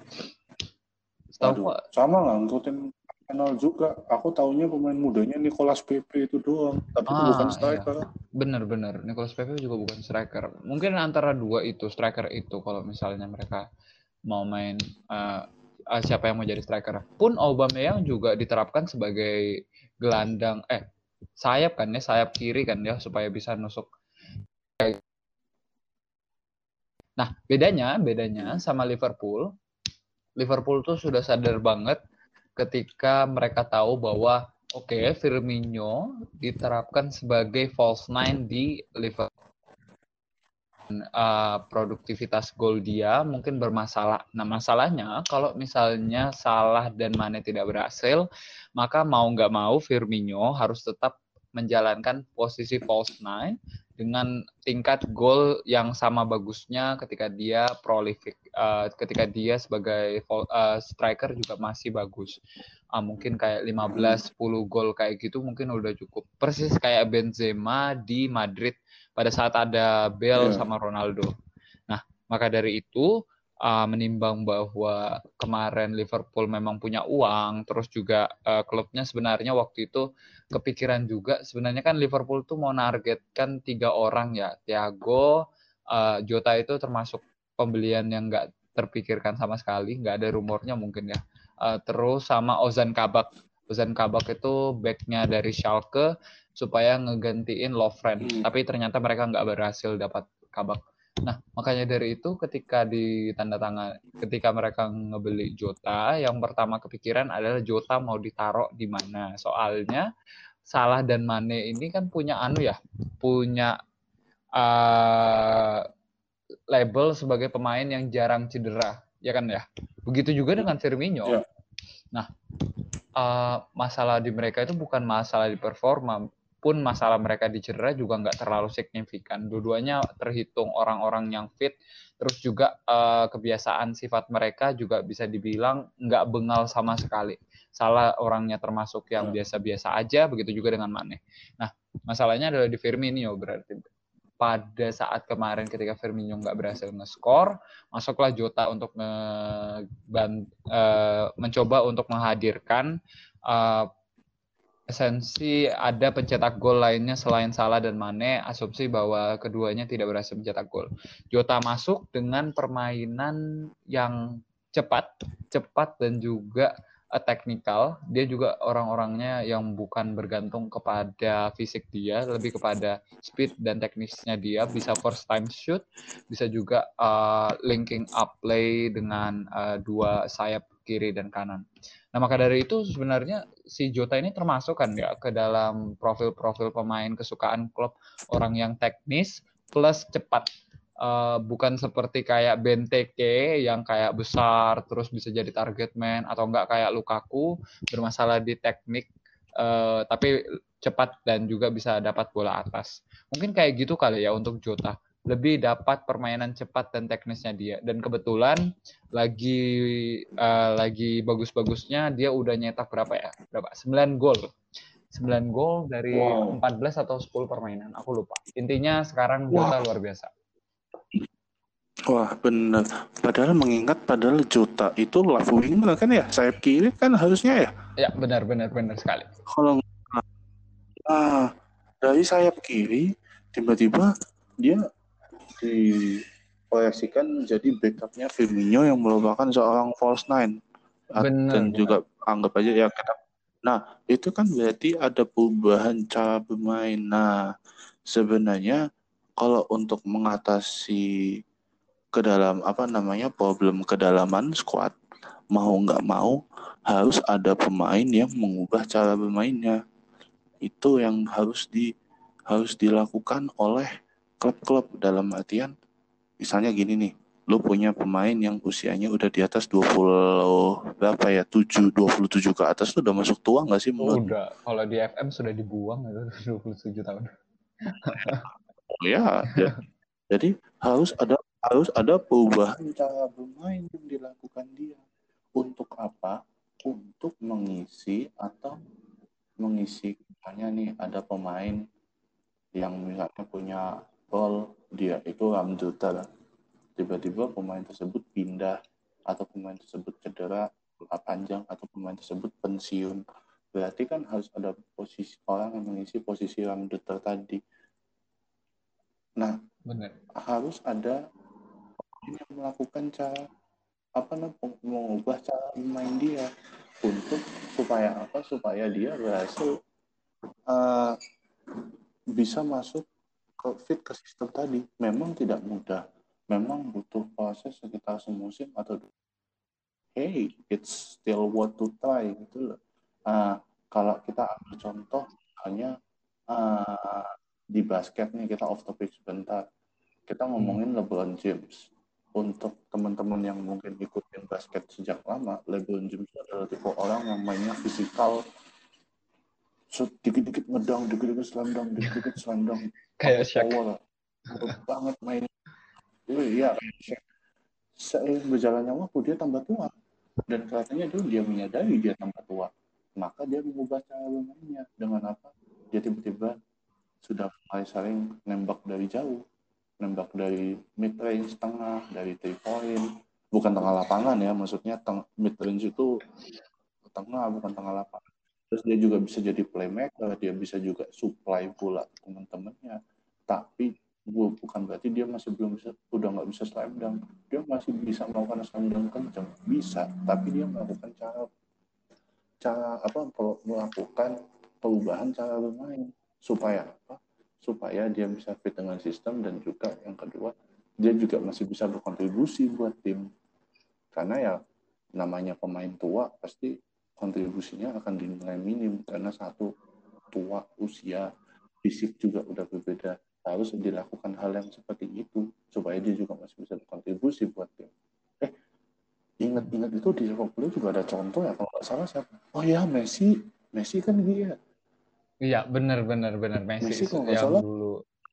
Sama lah, ngikutin Arsenal juga. Aku taunya pemain mudanya Nicolas Pepe itu doang, tapi itu bukan striker. Iya. Bener. Nicolas Pepe juga bukan striker. Mungkin antara dua itu striker itu kalau misalnya mereka mau main siapa yang mau jadi striker. Pun Aubameyang juga diterapkan sebagai gelandang sayap kan ya, sayap kiri kan ya supaya bisa nusuk. Nah, bedanya sama Liverpool tuh sudah sadar banget ketika mereka tahu bahwa Firmino diterapkan sebagai false nine di Liverpool. produktivitas gol dia mungkin bermasalah. Nah, masalahnya kalau misalnya Salah dan Mane tidak berhasil, maka mau nggak mau Firmino harus tetap menjalankan posisi false nine dengan tingkat gol yang sama bagusnya ketika dia prolific, ketika dia sebagai striker juga masih bagus. Mungkin kayak 15-10 gol kayak gitu mungkin udah cukup. Persis kayak Benzema di Madrid pada saat ada Bale Iya. sama Ronaldo. Nah, maka dari itu menimbang bahwa kemarin Liverpool memang punya uang, terus juga klubnya sebenarnya waktu itu kepikiran juga sebenarnya kan Liverpool tuh mau nargetkan 3 orang ya, Thiago, Jota itu termasuk pembelian yang nggak terpikirkan sama sekali, nggak ada rumornya mungkin ya. Terus sama Ozan Kabak. Ozan Kabak itu backnya dari Schalke supaya ngegantiin Lovren. Tapi ternyata mereka nggak berhasil dapat Kabak. Nah, makanya dari itu ketika ketika mereka ngebeli Jota, yang pertama kepikiran adalah Jota mau ditaruh di mana. Soalnya Salah dan Mane ini kan punya uh, label sebagai pemain yang jarang cedera, ya kan ya. Begitu juga dengan Firmino. Ya. Nah, masalah di mereka itu bukan masalah di performa, pun masalah mereka di cedera juga nggak terlalu signifikan. Dua-duanya terhitung orang-orang yang fit, terus juga kebiasaan sifat mereka juga bisa dibilang nggak bengal sama sekali. Salah orangnya termasuk yang biasa-biasa aja, begitu juga dengan Mane. Nah, masalahnya adalah di Firmino berarti. Pada saat kemarin ketika Firmino nggak berhasil nge-score, masuklah Jota untuk mencoba untuk menghadirkan esensi ada pencetak gol lainnya selain Salah dan Mane, asumsi bahwa keduanya tidak berhasil mencetak gol. Jota masuk dengan permainan yang cepat dan juga teknikal. Dia juga orang-orangnya yang bukan bergantung kepada fisik dia, lebih kepada speed dan teknisnya dia. Bisa first time shoot, bisa juga linking up play dengan dua sayap kiri dan kanan. Nah, maka dari itu sebenarnya si Jota ini termasuk kan ya ke dalam profil-profil pemain kesukaan klub, orang yang teknis plus cepat. Bukan seperti kayak Benteke yang kayak besar terus bisa jadi target man, atau enggak kayak Lukaku bermasalah di teknik tapi cepat dan juga bisa dapat bola atas. Mungkin kayak gitu kali ya untuk Jota. Lebih dapat permainan cepat dan teknisnya dia. Dan kebetulan lagi bagus-bagusnya dia udah nyetak berapa ya? 9 gol. 9 gol dari Wow. 14 atau 10 permainan, aku lupa. Intinya sekarang Jota luar biasa. Wah, bener. Padahal Jota itu left winger kan ya, sayap kiri kan harusnya ya. Ya, benar sekali. Kalau dari sayap kiri tiba-tiba dia diproyeksikan menjadi backupnya Firmino yang merupakan seorang false nine. Dan juga anggap aja ya kita. Nah, itu kan berarti ada perubahan cara bermain. Nah, sebenarnya kalau untuk mengatasi problem kedalaman squad, mau nggak mau harus ada pemain yang mengubah cara bermainnya. Itu yang harus dilakukan oleh klub-klub, dalam artian misalnya gini nih, lu punya pemain yang usianya udah di atas 27 ke atas, tuh udah masuk tua nggak sih menurut? Udah, kalau di FM sudah dibuang itu 27 tahun. Ya, jadi harus ada perubahan cara bermain yang dilakukan dia. Untuk apa? Untuk mengisi misalnya nih ada pemain yang misalnya punya role dia itu ramjutar, tiba-tiba pemain tersebut pindah atau pemain tersebut cedera panjang atau pemain tersebut pensiun, berarti kan harus ada posisi orang yang mengisi posisi ramjutar tadi. Nah, harus ada yang melakukan mengubah cara bermain dia untuk supaya dia berhasil bisa masuk ke sistem tadi. Memang tidak mudah, memang butuh proses sekitar semusim atau it's still worth to try gitu loh. Kalau kita ambil contoh misalnya di basket nih, kita off topic sebentar. Kita ngomongin LeBron James. Untuk teman-teman yang mungkin ikutin basket sejak lama, LeBron James adalah tipe orang yang mainnya fisikal, dikit-dikit ngedang, dikit-dikit slam dunk, dikit-dikit slam dunk, pakai Kayak Shaq. power, banget mainnya. Iya, seiring berjalannya waktu dia tambah tua, dan kelihatannya dia menyadari dia tambah tua, maka dia mengubah cara bermainnya dengan apa? Dia tiba-tiba sudah mulai sering nembak dari jauh, nembak dari mid range, tengah, dari 3 point, bukan tengah lapangan ya, maksudnya mid range itu tengah, bukan tengah lapangan. Terus dia juga bisa jadi playmaker, dia bisa juga supply bola teman-temannya. Tapi bukan berarti dia masih belum bisa, udah nggak bisa slam dunk. Dia masih bisa melakukan slam dunk kencang, bisa. Tapi dia melakukan melakukan perubahan cara bermain supaya apa? Supaya dia bisa fit dengan sistem, dan juga yang kedua dia juga masih bisa berkontribusi buat tim, karena ya namanya pemain tua pasti kontribusinya akan dinilai minim karena satu, tua, usia, fisik juga udah berbeda. Harus dilakukan hal yang seperti itu supaya dia juga masih bisa berkontribusi buat tim. Ingat-ingat itu di sepak bola juga ada contoh ya, kalau nggak salah siapa? Oh ya, Messi kan dia. Iya, benar Messi Messi kalau nggak yang salah. dulu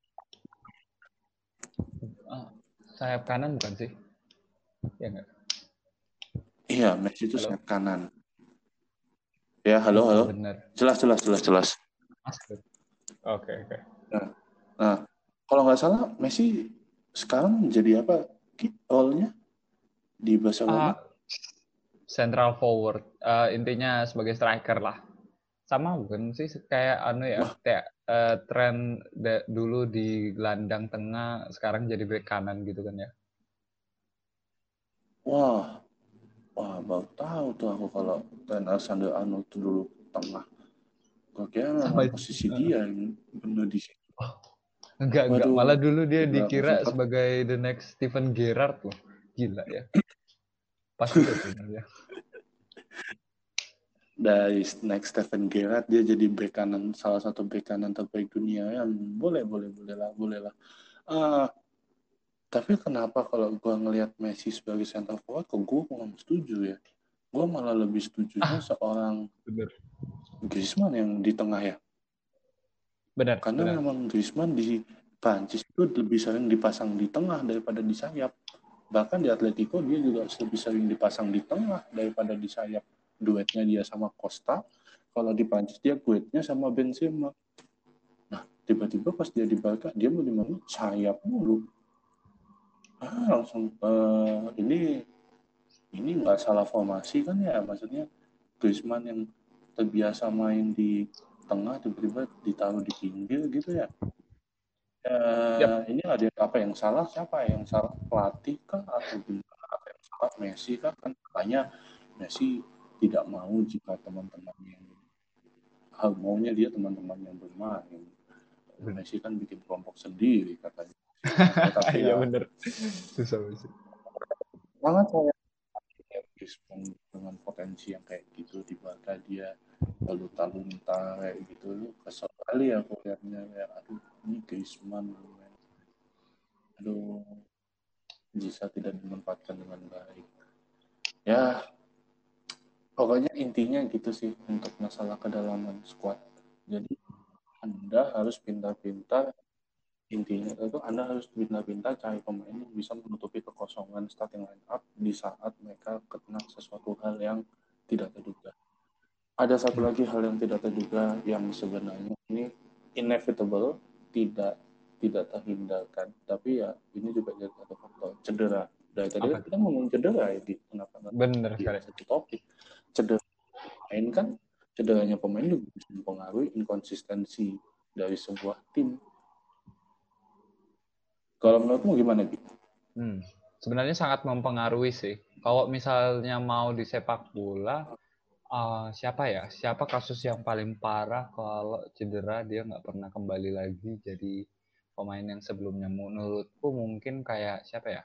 sayap kanan bukan sih? Ya enggak? Iya, Messi itu Halo? sayap kanan. Ya, halo, Oh, halo. benar. Jelas. Oke, oke. Nah, nah, kalau nggak salah Messi sekarang jadi apa? Role-nya di Barcelona? Central forward. Intinya sebagai striker lah. Sama bukan sih kayak anu ya, Wah, kayak tren dulu di gelandang tengah, sekarang jadi bek kanan gitu kan ya. wah, baru tahu tuh aku kalau Trent Alexander-Arnold itu dulu tengah. Kok kira memang Sama. posisi dia yang benar di situ. Oh, enggak. Malah Waduh, dulu dia nggak dikira sempat. sebagai the next Steven Gerrard loh. Gila ya. Pas juga tuh ya. Dari next Steven Gerrard dia jadi bek kanan, salah satu bek kanan terbaik dunia, yang boleh lah. Ah, tapi kenapa kalau gue ngelihat Messi sebagai center forward, kok gue kurang setuju ya? Gue malah lebih setujunya seorang Bener. Griezmann yang di tengah ya. Karena Benar. memang Griezmann di Prancis itu lebih sering dipasang di tengah daripada di sayap. Bahkan di Atletico dia juga lebih sering dipasang di tengah daripada di sayap. Duetnya dia sama Costa. Kalau di Prancis dia duetnya sama Benzema. Nah, tiba-tiba pas dia di Barca dia mau dimana sayap mulu. Langsung ini nggak salah formasi kan ya, maksudnya Griezmann yang terbiasa main di tengah tiba-tiba ditaruh di pinggir gitu ya. Yap. Ini ada apa yang salah, siapa yang salah, pelatih kah atau gimana, apa yang salah Messi kah? Kan katanya Messi tidak mau jika teman-temannya maunya dia teman-teman yang bermain. Bener. Messi kan bikin kelompok sendiri katanya. Ya tapi Iya ya bener. Susah sih. sangat saya dengan potensi yang kayak gitu di Barca dia talunta kayak gitu, kesel kali ya aku lihatnya, kayak aduh ini Griezmann, aduh bisa tidak dimanfaatkan dengan baik ya. Pokoknya intinya gitu sih untuk masalah kedalaman squad. Jadi Anda harus pintar-pintar, intinya itu Anda harus pintar-pintar cari pemain yang bisa menutupi kekosongan starting line up di saat mereka kena sesuatu hal yang tidak terduga. Ada satu lagi hal yang tidak terduga yang sebenarnya ini inevitable, tidak tidak terhindarkan, tapi ya ini juga jadi satu faktor cedera. Dari tadi Apa tuh? kita ngomong cedera ya, kenapa nggak Bener di sekali. satu topik cedera pemain kan, cederanya pemain juga bisa mempengaruhi inkonsistensi dari sebuah tim. Kalau menurutmu gimana gitu? Sebenarnya sangat mempengaruhi sih. Kalau misalnya mau di sepak bola, siapa ya? Siapa kasus yang paling parah kalau cedera dia nggak pernah kembali lagi jadi pemain yang sebelumnya? Menurutku mungkin kayak siapa ya?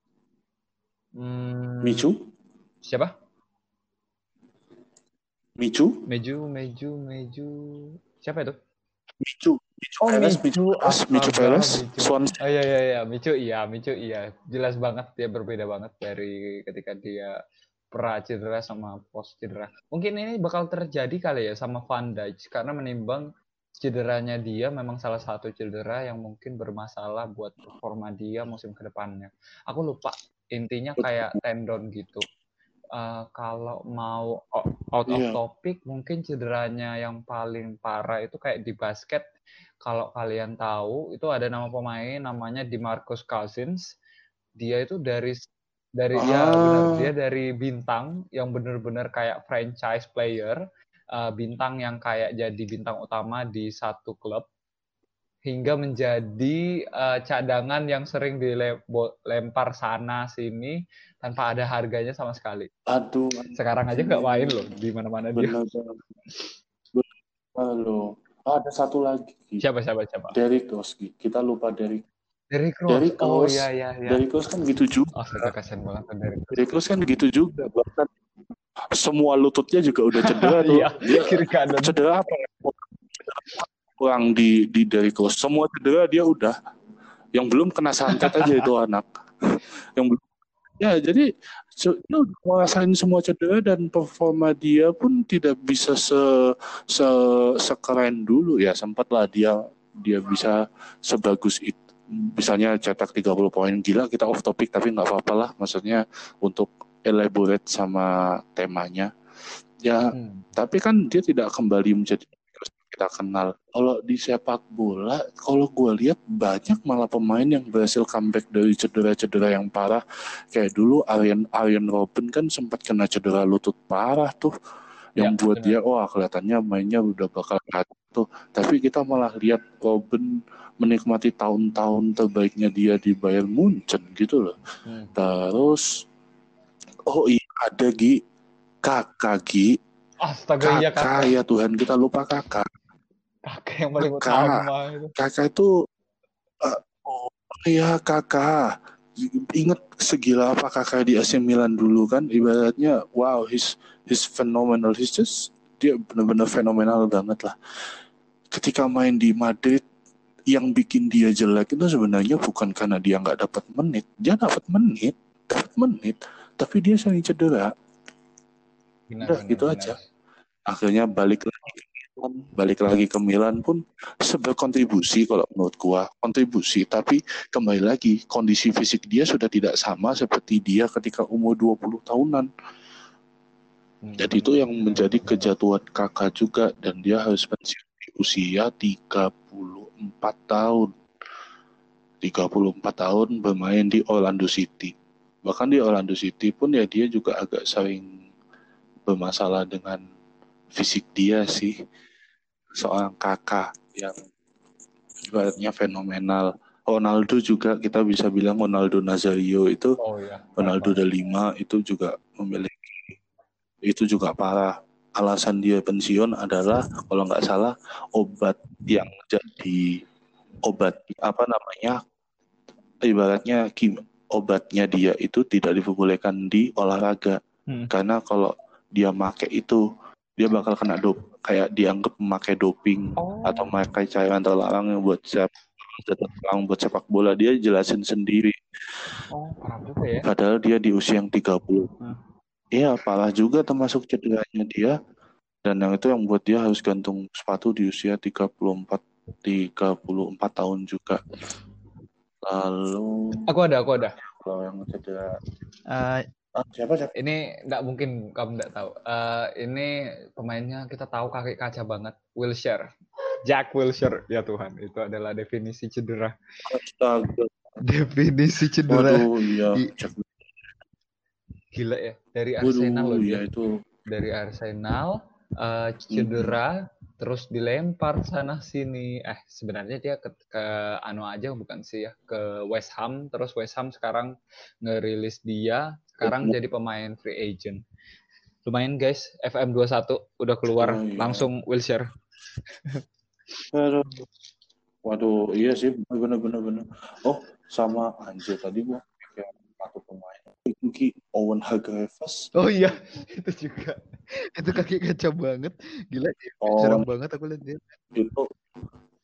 Hmm, Micu? siapa? Micu? Meju. Siapa itu? Micu Oh, Perez, Micu, Micu astaga, Perez, Micu. Swansea. Oh iya, Micu iya. Jelas banget dia berbeda banget dari ketika dia pra cedera sama post cedera. Mungkin ini bakal terjadi kali ya sama Van Dijk karena menimbang cederanya dia memang salah satu cedera yang mungkin bermasalah buat performa dia musim kedepannya. Aku lupa intinya kayak tendon gitu. Kalau mau out of Iya. topic, mungkin cederanya yang paling parah itu kayak di basket. Kalau kalian tahu, itu ada nama pemain namanya DeMarcus Cousins. Dia itu ya benar, dia Ah, dari bintang yang benar-benar kayak franchise player, bintang yang kayak jadi bintang utama di satu klub hingga menjadi cadangan yang sering dilempar sana sini tanpa ada harganya sama sekali. aduh, Sekarang aja nggak main loh di mana-mana dia. benar benar. Halo. Ada satu lagi, Siapa? Derrick Rose. Kita lupa Derrick. Derrick Rose. Derrick Oh Rose, iya. Derrick Rose kan gitu Astaga, juga. kasihan banget kan Derrick Rose. Derrick Rose kan gitu juga. Bahkan semua lututnya juga udah cedera tuh. Iya, Dia kiri kanan. cedera apa ya? Kurang di Derrick Rose. Semua cedera dia udah. Yang belum kena santet aja itu anak. Yang belum. Ya, jadi dia udah ngerasain semua cedera dan performa dia pun tidak bisa se sekeren dulu ya. Sempatlah dia bisa sebagus itu. Misalnya cetak 30 poin, gila kita off topic tapi nggak apa-apa lah. Maksudnya untuk elaborate sama temanya. Ya, tapi kan dia tidak kembali menjadi kita kenal. Kalau di sepak bola, kalau gue lihat banyak malah pemain yang berhasil comeback dari cedera-cedera yang parah. Kayak dulu Arjen Robben kan sempat kena cedera lutut parah tuh, yang Ya, buat benar. dia wah kelihatannya mainnya udah bakal tuh. Tapi kita malah lihat Robben menikmati tahun-tahun terbaiknya dia di Bayern Munchen gitu loh. Terus oh iya ada Kakak Astaga, iya Kakak. ya Tuhan kita lupa Kakak. Kakak yang paling utama itu. Kakak itu oh iya Kakak. Ingat segila apa Kakak di AC Milan dulu kan? Ibaratnya wow, he's phenomenal. Dia benar-benar fenomenal banget lah. Ketika main di Madrid, yang bikin dia jelek itu sebenarnya bukan karena dia nggak dapat menit. Dia dapat menit, tapi dia sering cedera. Udah gitu aja. Akhirnya balik lagi ke Milan pun berkontribusi kalau menurut gua kontribusi, tapi kembali lagi kondisi fisik dia sudah tidak sama seperti dia ketika umur 20 tahunan. Jadi itu yang menjadi kejatuhan Kakak juga, dan dia harus pensiun di usia 34 tahun. 34 tahun bermain di Orlando City. Bahkan di Orlando City pun ya dia juga agak sering bermasalah dengan fisik dia sih. Seorang Kakak yang ibaratnya fenomenal. Ronaldo juga kita bisa bilang Ronaldo Nazario itu, Ronaldo de Lima itu juga memiliki, itu juga parah. Alasan dia pensiun adalah kalau nggak salah obat yang jadi obat apa namanya, ibaratnya obatnya dia itu tidak diperbolehkan di olahraga karena kalau dia make itu dia bakal kena kayak dianggap memakai doping atau memakai cairan terlarang yang buat sepak bola. Dia jelasin sendiri. Parah juga ya. Padahal dia di usia yang 30. Iya, parah juga termasuk cederanya dia. Dan yang itu yang buat dia harus gantung sepatu di usia 34 tahun juga. Lalu Aku ada. Kalau yang cedera siapa? Ini nggak mungkin kamu nggak tahu. Ini pemainnya kita tahu kaki kaca banget. Wilshere. Jack Wilshere. Ya Tuhan, itu adalah definisi cedera. Astaga. Definisi cedera. Waduh, iya. Gila ya. Dari Arsenal loh dia. Iya itu. Dari Arsenal cedera terus dilempar sana sini. Sebenarnya dia ke anu aja bukan sih ya, ke West Ham, terus West Ham sekarang ngerilis dia, sekarang jadi pemain free agent. Lumayan guys, FM 21 udah keluar langsung Wilshere. Waduh, iya sih benar. Oh, sama anjir tadi gua kayak satu pemain. Owen Hargreaves. Oh iya, itu juga. Itu kaki kaca banget. Gila, serem banget aku lihat dia. Itu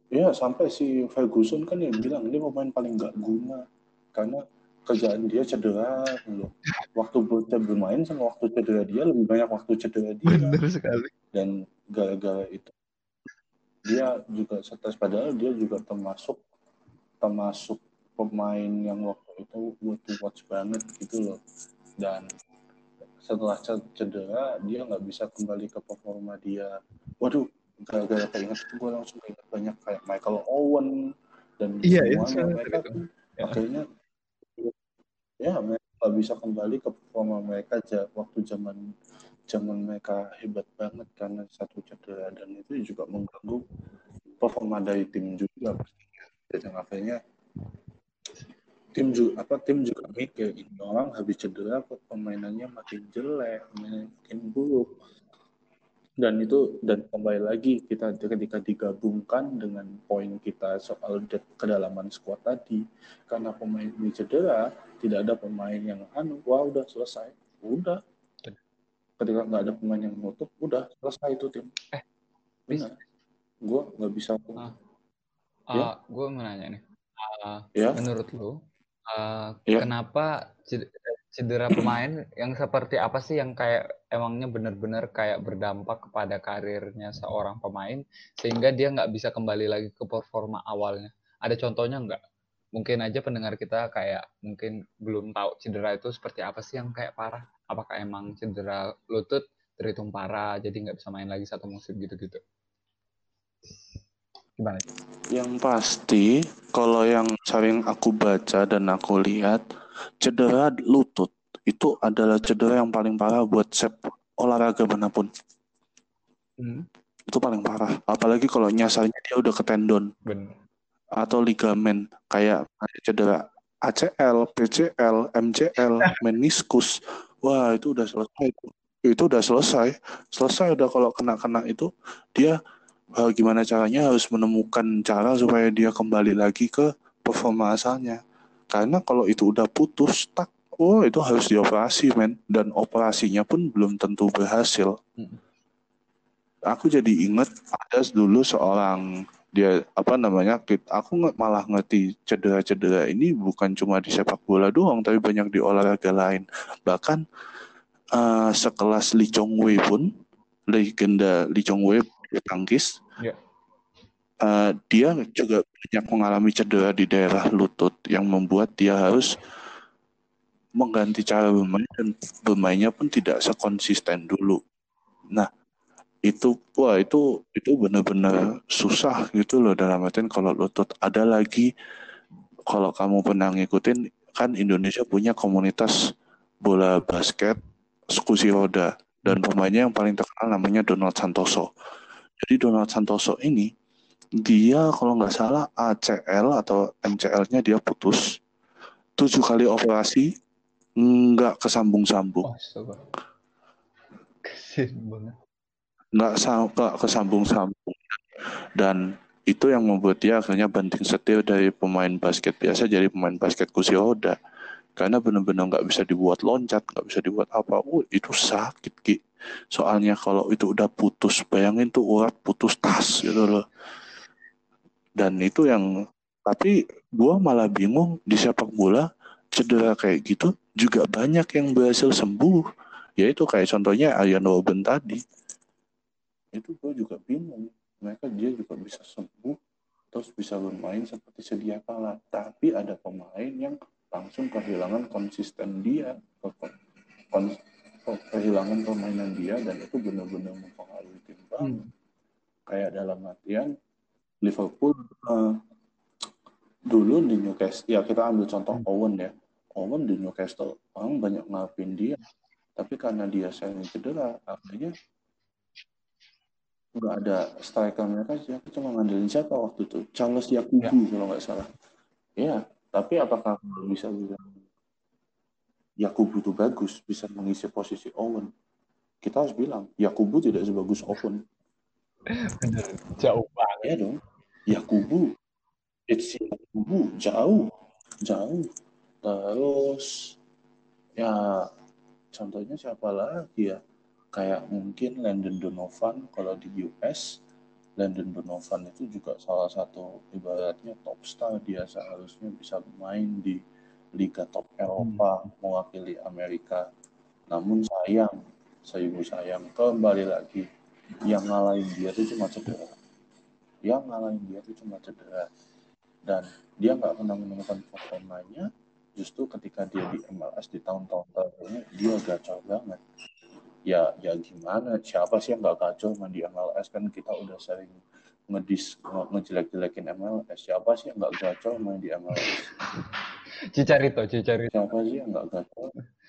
Ya sampai si Ferguson kan yang bilang dia pemain paling nggak guna karena kerjaan dia cedera loh. Waktu bocah bermain sama waktu cedera dia lebih banyak waktu cedera dia, Bener sekali. dan gara-gara itu dia juga stres, padahal dia juga termasuk termasuk pemain yang waktu itu butuh watch banget gitu loh. Dan setelah cedera dia nggak bisa kembali ke performa dia. Waduh, gara-gara keinget itu gue langsung ingat banyak kayak Michael Owen dan Iya, itu semuanya, salah satu mereka itu. tuh Ya. akhirnya ya mereka nggak bisa kembali ke performa mereka waktu zaman zaman mereka hebat banget karena satu cedera, dan itu juga mengganggu performa dari tim juga pastinya. Dan akhirnya tim juga mikir ini orang habis cedera kok permainannya makin jelek, makin buruk. Dan kembali lagi kita ketika digabungkan dengan poin kita soal kedalaman skuad tadi, karena pemain ini cedera, tidak ada pemain yang wah udah selesai, udah ketika nggak ada pemain yang menutup udah selesai itu tim. Eh, bis. Benar, gue nggak bisa ya Gue mau nanya nih. ya Menurut lu, ya. kenapa cedera pemain yang seperti apa sih yang kayak emangnya benar-benar kayak berdampak kepada karirnya seorang pemain sehingga dia nggak bisa kembali lagi ke performa awalnya? Ada contohnya nggak? Mungkin aja pendengar kita kayak mungkin belum tahu cedera itu seperti apa sih yang kayak parah. Apakah emang cedera lutut terhitung parah jadi nggak bisa main lagi satu musim gitu-gitu? Gimana? Yang pasti, kalau yang sering aku baca dan aku lihat, cedera lutut itu adalah cedera yang paling parah buat olahraga manapun. Itu paling parah. Apalagi kalau nyasarnya dia udah ke tendon Bener. atau ligamen, kayak cedera ACL, PCL, MCL, meniskus. Wah, itu udah selesai. Itu udah selesai. Selesai udah kalau kena-kena itu, dia gimana caranya harus menemukan cara supaya dia kembali lagi ke performa asalnya. Karena kalau itu udah putus, tak, oh itu harus dioperasi, men. Dan operasinya pun belum tentu berhasil. Aku jadi inget ada dulu seorang, dia apa namanya, aku malah ngerti cedera-cedera ini bukan cuma di sepak bola doang, tapi banyak di olahraga lain. Bahkan sekelas Lee Chong Wei pun, legenda Lee Chong Wei tangkis, Ya. dia juga banyak mengalami cedera di daerah lutut yang membuat dia harus mengganti cara bermain, dan bermainnya pun tidak sekonsisten dulu. Nah, itu benar-benar susah gitu loh, dalam artian kalau lutut. Ada lagi, kalau kamu pernah ngikutin, kan Indonesia punya komunitas bola basket kursi roda, dan pemainnya yang paling terkenal namanya Donald Santoso. Jadi Donald Santoso ini, dia kalau nggak salah ACL atau MCL-nya dia putus, 7 kali operasi nggak kesambung-sambung, Oh, coba. Kasian banget. nggak kesambung-sambung. Dan itu yang membuat dia akhirnya banting setir dari pemain basket biasa jadi pemain basket kursi roda, karena benar-benar nggak bisa dibuat loncat, nggak bisa dibuat apa. Itu sakit, Ki. Soalnya kalau itu udah putus, bayangin tuh urat putus tas gitu loh. Dan itu yang, tapi gue malah bingung, di sepak bola cedera kayak gitu juga banyak yang berhasil sembuh. Yaitu kayak contohnya Arjen Robben tadi. Itu gue juga bingung. Dia juga bisa sembuh, terus bisa bermain seperti sedia kala. Tapi ada pemain yang langsung kehilangan konsisten dia, kehilangan permainan dia, dan itu benar-benar mempengaruhi tim banget. Kayak dalam artian Liverpool dulu di Newcastle, ya kita ambil contoh Owen ya. Owen di Newcastle orang banyak ngarepin dia, tapi karena dia sering cedera, akhirnya nggak ada striker mereka. Siapa cuma ngandelin siapa waktu itu, Charles Yakubu kalau nggak salah ya. Tapi apakah bisa bilang Yakubu itu bagus bisa mengisi posisi Owen? Kita harus bilang Yakubu tidak sebagus Owen. Bener, jauh banget. Ya dong, Yakubu jauh jauh. Terus ya contohnya siapa lagi ya, kayak mungkin Landon Donovan kalau di US, Landon Donovan itu juga salah satu ibaratnya top star, dia seharusnya bisa main di liga top Eropa mewakili Amerika. Namun sayang kembali lagi yang ngalahin dia itu cuma cedera. Dan dia nggak pernah menemukan performanya. Justru ketika dia di MLS di tahun-tahun terakhirnya dia gacor banget. Ya gimana, siapa sih yang nggak gacor main di MLS, kan kita udah sering ngejelek-jelekin MLS. Siapa sih yang nggak gacor main di MLS? Cicarito. Siapa sih yang nggak gacor?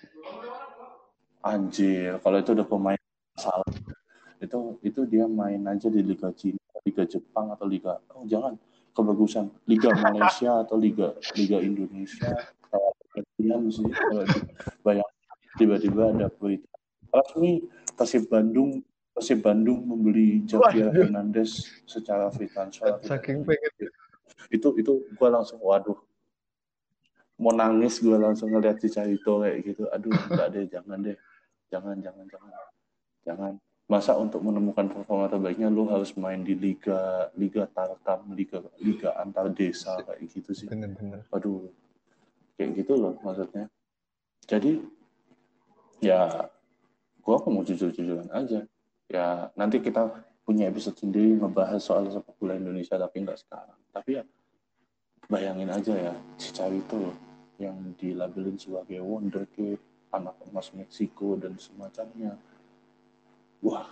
Anjir, kalau itu udah pemain salah. Itu dia main aja di Liga Cina, Liga Jepang, atau Liga, jangan, kebagusan Liga Malaysia atau Liga Liga Indonesia. Kayak sih kalau bayang tiba-tiba ada berita resmi Persib Bandung membeli Javier Waduh, Hernandez secara free transfer. saking pengen. Itu gue langsung, waduh, mau nangis gue langsung ngeliat Chicharito kayak gitu. Aduh, enggak deh, jangan deh, jangan. Masa untuk menemukan performa terbaiknya lu harus main di liga tarkam, liga antar desa kayak gitu sih. Bener-bener. Aduh, kayak gitu loh maksudnya. Jadi ya gue mau jujur-jujuran aja. Ya nanti kita punya episode sendiri ngebahas soal sepak bola Indonesia, tapi nggak sekarang. Tapi ya bayangin aja ya, si Carito loh yang dilabelin sebagai wonderkid, anak emas Meksiko dan semacamnya. Wah,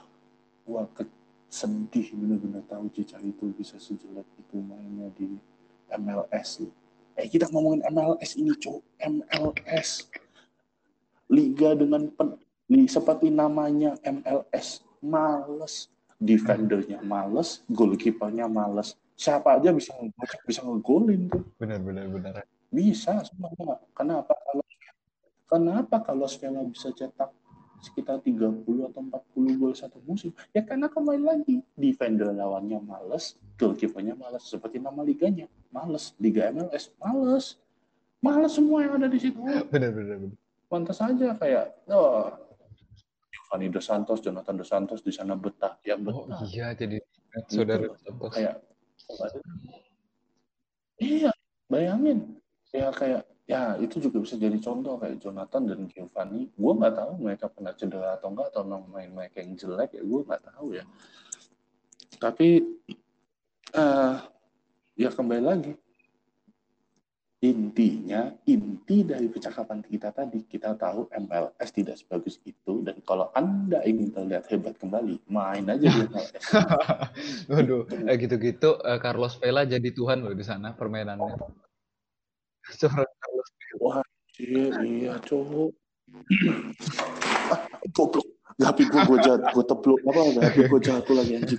sedih bener-bener tahu Cica itu bisa sejelek itu mainnya di MLS. Kita ngomongin MLS ini, MLS liga dengan seperti namanya MLS, males, defendernya males, goalkeepernya males, siapa aja bisa ngegolin tuh, Bener. bisa semua. Kenapa kalau Vela bisa cetak sekitar 30 atau 40 gol satu musim? Ya karena kembali lagi, defender lawannya males, goalkeepernya males, seperti nama liganya, males, Liga MLS, males. Males semua yang ada di situ. Bener. Pantas aja kayak, Giovanni Dos Santos, Jonathan Dos Santos di sana betah, ya Oh betah. iya, jadi Gitu saudara loh. Santos. Kayak, iya, bayangin. Kayak, ya itu juga bisa jadi contoh kayak Jonathan dan Giovanni. Gue nggak tahu mereka pernah cedera atau enggak, atau memang main mereka yang jelek, ya gue nggak tahu ya. Tapi ya kembali lagi, inti dari percakapan kita tadi, kita tahu MLS tidak sebagus itu, dan kalau Anda ingin terlihat hebat kembali, main aja di MLS. Waduh, Gitu. gitu-gitu Carlos Vela jadi Tuhan loh di sana permainannya. Seorang Carlos Vela. Wah, iya cowok. Goblok. HP gue teblok apa? HP gue jatuh lagi anjing.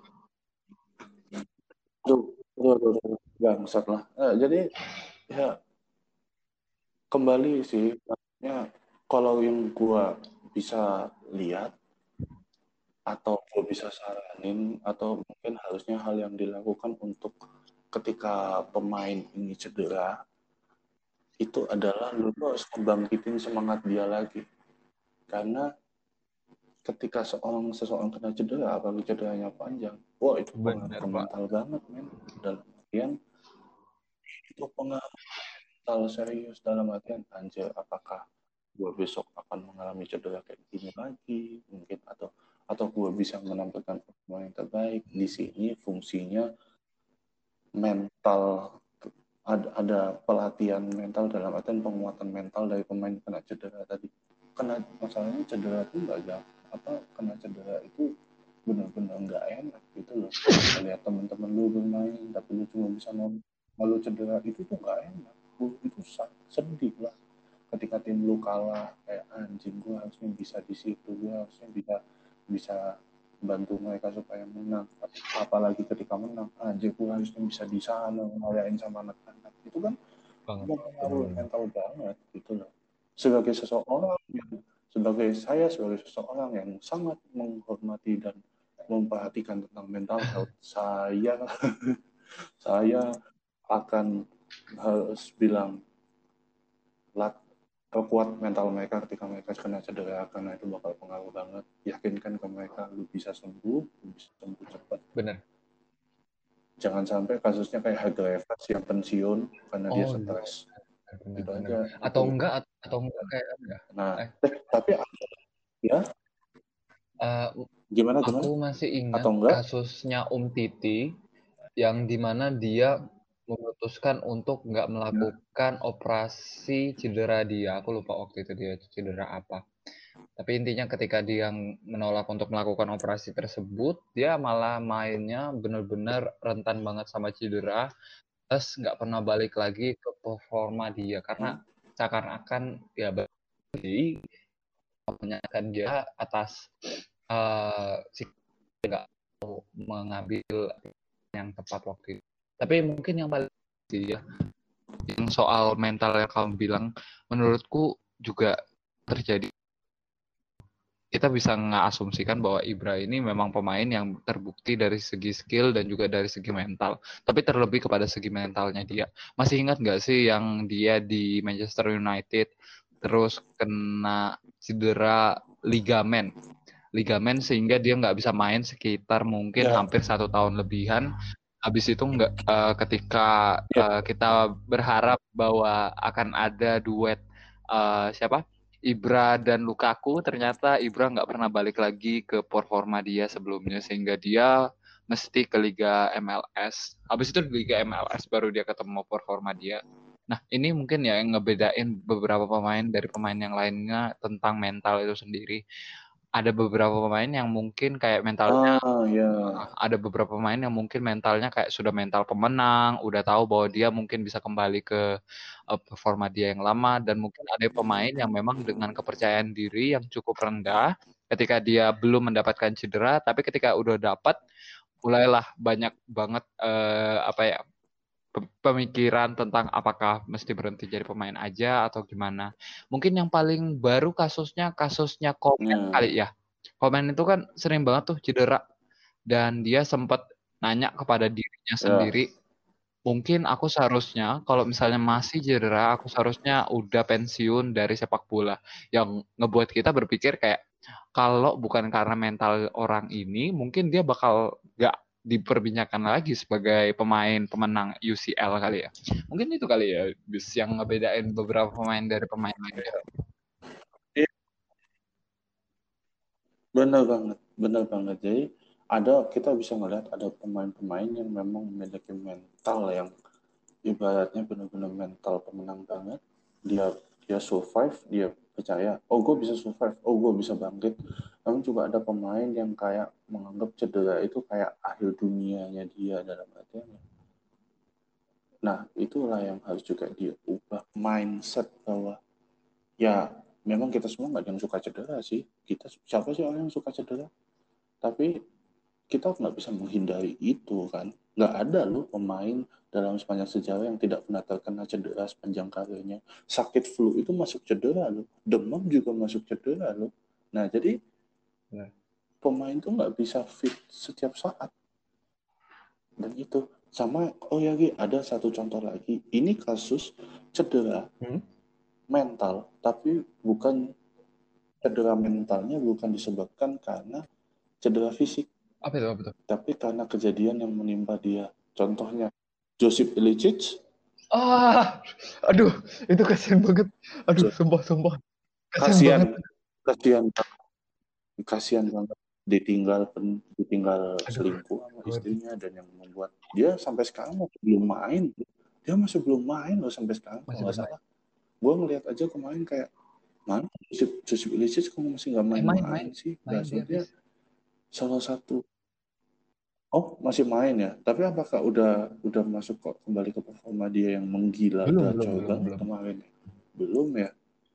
Aduh, bangsat lah. Jadi ya kembali sih, maksudnya kalau yang gue bisa lihat atau gue bisa saranin, atau mungkin harusnya hal yang dilakukan untuk ketika pemain ini cedera, itu adalah lu harus membangkitin semangat dia lagi. Karena ketika seseorang kena cedera, apalagi cederanya panjang, wah itu pengaruh Bener ke Pak. mental banget, men. Dan kemudian itu pengaruh mental serius, dalam artian, anjir, apakah gue besok akan mengalami cedera kayak gini lagi, mungkin, atau gue bisa menampilkan performa yang terbaik. Di sini fungsinya mental, ada pelatihan mental, dalam artian penguatan mental dari pemain kena cedera tadi. Masalahnya cedera itu kena cedera itu benar-benar nggak enak gitu loh. Lihat teman-teman lu bermain tapi lu cuma bisa nonton, kalau cedera itu tuh nggak enak. Itu sedih lah ketika tim lu kalah, kayak anjing, gue harusnya bisa di situ, gue harusnya bisa bantu mereka supaya menang. Apalagi ketika menang, anjing, gue harusnya bisa di sana ngelayain sama anak-anak. Itu kan Banget. mempengaruhi mental banget gitu loh. Sebagai seseorang yang sangat menghormati dan memperhatikan tentang mental health, saya akan harus bilang, perkuat mental mereka ketika mereka kena cedera, karena itu bakal pengaruh banget. Yakinkan ke mereka lu bisa sembuh cepat. Bener. Jangan sampai kasusnya kayak Haga Evans yang pensiun karena dia stres. Itu aja. Atau enggak kayak apa? Nah, tapi ya gimana? Aku masih ingat Atau enggak? kasusnya Titi yang dimana dia memutuskan untuk nggak melakukan operasi cedera dia. Aku lupa waktu itu dia cedera apa. Tapi intinya ketika dia menolak untuk melakukan operasi tersebut, dia malah mainnya benar-benar rentan banget sama cedera. Terus nggak pernah balik lagi ke performa dia karena seakan-akan ya menyanyikan dia atas nggak mau mengambil yang tepat waktu itu. Tapi mungkin yang paling sih ya, yang soal mental yang kamu bilang, menurutku juga terjadi. Kita bisa ngasumsikan bahwa Ibra ini memang pemain yang terbukti dari segi skill dan juga dari segi mental. Tapi terlebih kepada segi mentalnya dia. Masih ingat nggak sih yang dia di Manchester United terus kena cedera ligamen sehingga dia nggak bisa main sekitar mungkin hampir 1 tahun lebihan. Habis itu ketika kita berharap bahwa akan ada duet siapa? Ibra dan Lukaku, ternyata Ibra nggak pernah balik lagi ke performa dia sebelumnya sehingga dia mesti ke Liga MLS. Habis itu di Liga MLS baru dia ketemu performa dia. Nah, ini mungkin ya yang ngebedain beberapa pemain dari pemain yang lainnya tentang mental itu sendiri. Ada beberapa pemain yang mungkin kayak mentalnya ada beberapa pemain yang mungkin mentalnya kayak sudah mental pemenang, udah tahu bahwa dia mungkin bisa kembali ke performa dia yang lama, dan mungkin ada pemain yang memang dengan kepercayaan diri yang cukup rendah ketika dia belum mendapatkan cedera, tapi ketika udah dapat mulailah banyak banget pemikiran tentang apakah mesti berhenti jadi pemain aja atau gimana. Mungkin yang paling baru kasusnya Komen kali ya. Komen itu kan sering banget tuh cedera dan dia sempat nanya kepada dirinya sendiri, mungkin aku seharusnya kalau misalnya masih cedera, aku seharusnya udah pensiun dari sepak bola. Yang ngebuat kita berpikir kayak kalau bukan karena mental orang ini, mungkin dia bakal gak diperbincangkan lagi sebagai pemain pemenang UCL kali ya. Mungkin itu kali ya bis yang ngebedain beberapa pemain dari pemain lainnya. Benar banget. Jadi kita bisa melihat ada pemain-pemain yang memang memiliki mental yang ibaratnya benar-benar mental pemenang banget. Dia survive, dia percaya, oh gue bisa survive, oh gue bisa bangkit. Namun juga ada pemain yang kayak menganggap cedera itu kayak akhir dunianya dia dalam artian. Nah, itulah yang harus juga dia ubah mindset bahwa ya memang kita semua nggak yang suka cedera sih. Siapa sih orang yang suka cedera? Tapi kita nggak bisa menghindari itu kan. Nggak ada loh pemain dalam sepanjang sejarah yang tidak pernah terkena cedera sepanjang karirnya. Sakit flu itu masuk cedera loh. Demam juga masuk cedera loh. Nah, jadi pemain tuh nggak bisa fit setiap saat. Dan itu sama, ada satu contoh lagi. Ini kasus cedera mental, tapi bukan cedera mentalnya bukan disebabkan karena cedera fisik. Apa itu? Tapi karena kejadian yang menimpa dia. Contohnya Josip Ilicic. Aduh, itu kasihan banget. Aduh, sumpah. Kasihan banget ditinggal selingkuh sama istrinya, dan yang membuat dia sampai sekarang belum main. Dia masih belum main loh sampai sekarang kalau nggak salah. Gue ngeliat aja kemarin kayak mana Josip Ilicic kok masih nggak main sih. Dia salah satu. Oh, masih main ya. Tapi apakah udah masuk kok kembali ke performa dia yang menggila belum. Kemarin? Belum ya.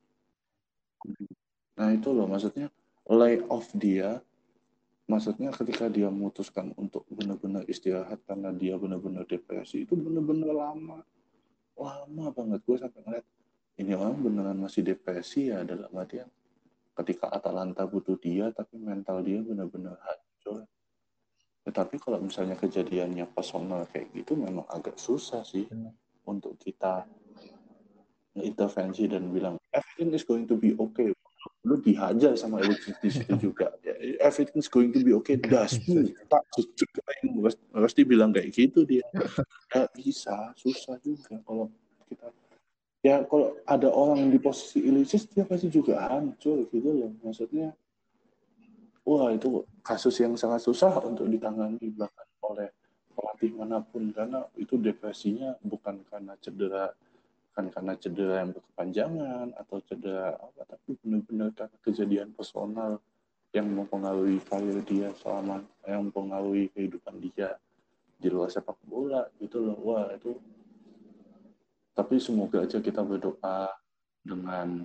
Nah itu loh maksudnya lay off dia. Maksudnya ketika dia memutuskan untuk benar-benar istirahat karena dia benar-benar depresi, itu benar-benar lama banget. Gue sampai ngeliat ini orang beneran masih depresi ya, dalam artian ketika Atalanta butuh dia tapi mental dia benar-benar hancur. Tetapi kalau misalnya kejadiannya personal kayak gitu memang agak susah sih untuk kita intervensi dan bilang everything is going to be okay. Lu dihajar sama Ilicic di situ juga. Everything is going to be okay. Dasmu tak pasti bilang kayak gitu dia. Nggak bisa, susah juga kalau kita. Ya kalau ada orang di posisi Ilicic dia pasti juga hancur gitu loh. Maksudnya, wah itu kasus yang sangat susah untuk ditangani bahkan oleh pelatih manapun karena itu depresinya bukan karena cedera yang berkepanjangan atau cedera apa, tapi benar-benar karena kejadian personal yang mempengaruhi karir dia yang mempengaruhi kehidupan dia di luar sepak bola gitu loh. Wah itu, tapi semoga aja kita berdoa dengan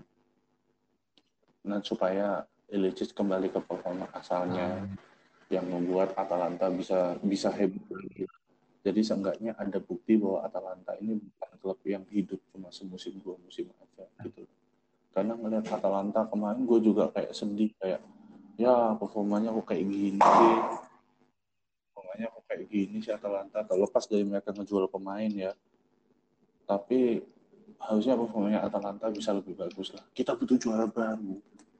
supaya Ilicic kembali ke performa asalnya yang membuat Atalanta bisa hebat lagi. Jadi seenggaknya ada bukti bahwa Atalanta ini bukan klub yang hidup cuma semusim 2 musim aja gitu. Karena ngeliat Atalanta kemarin gue juga kayak sedih, kayak ya performanya kok kayak gini sih. Performanya kok kayak gini sih Atalanta. Terlepas dari mereka ngejual pemain ya. Tapi harusnya performanya Atalanta bisa lebih bagus lah. Kita butuh juara baru.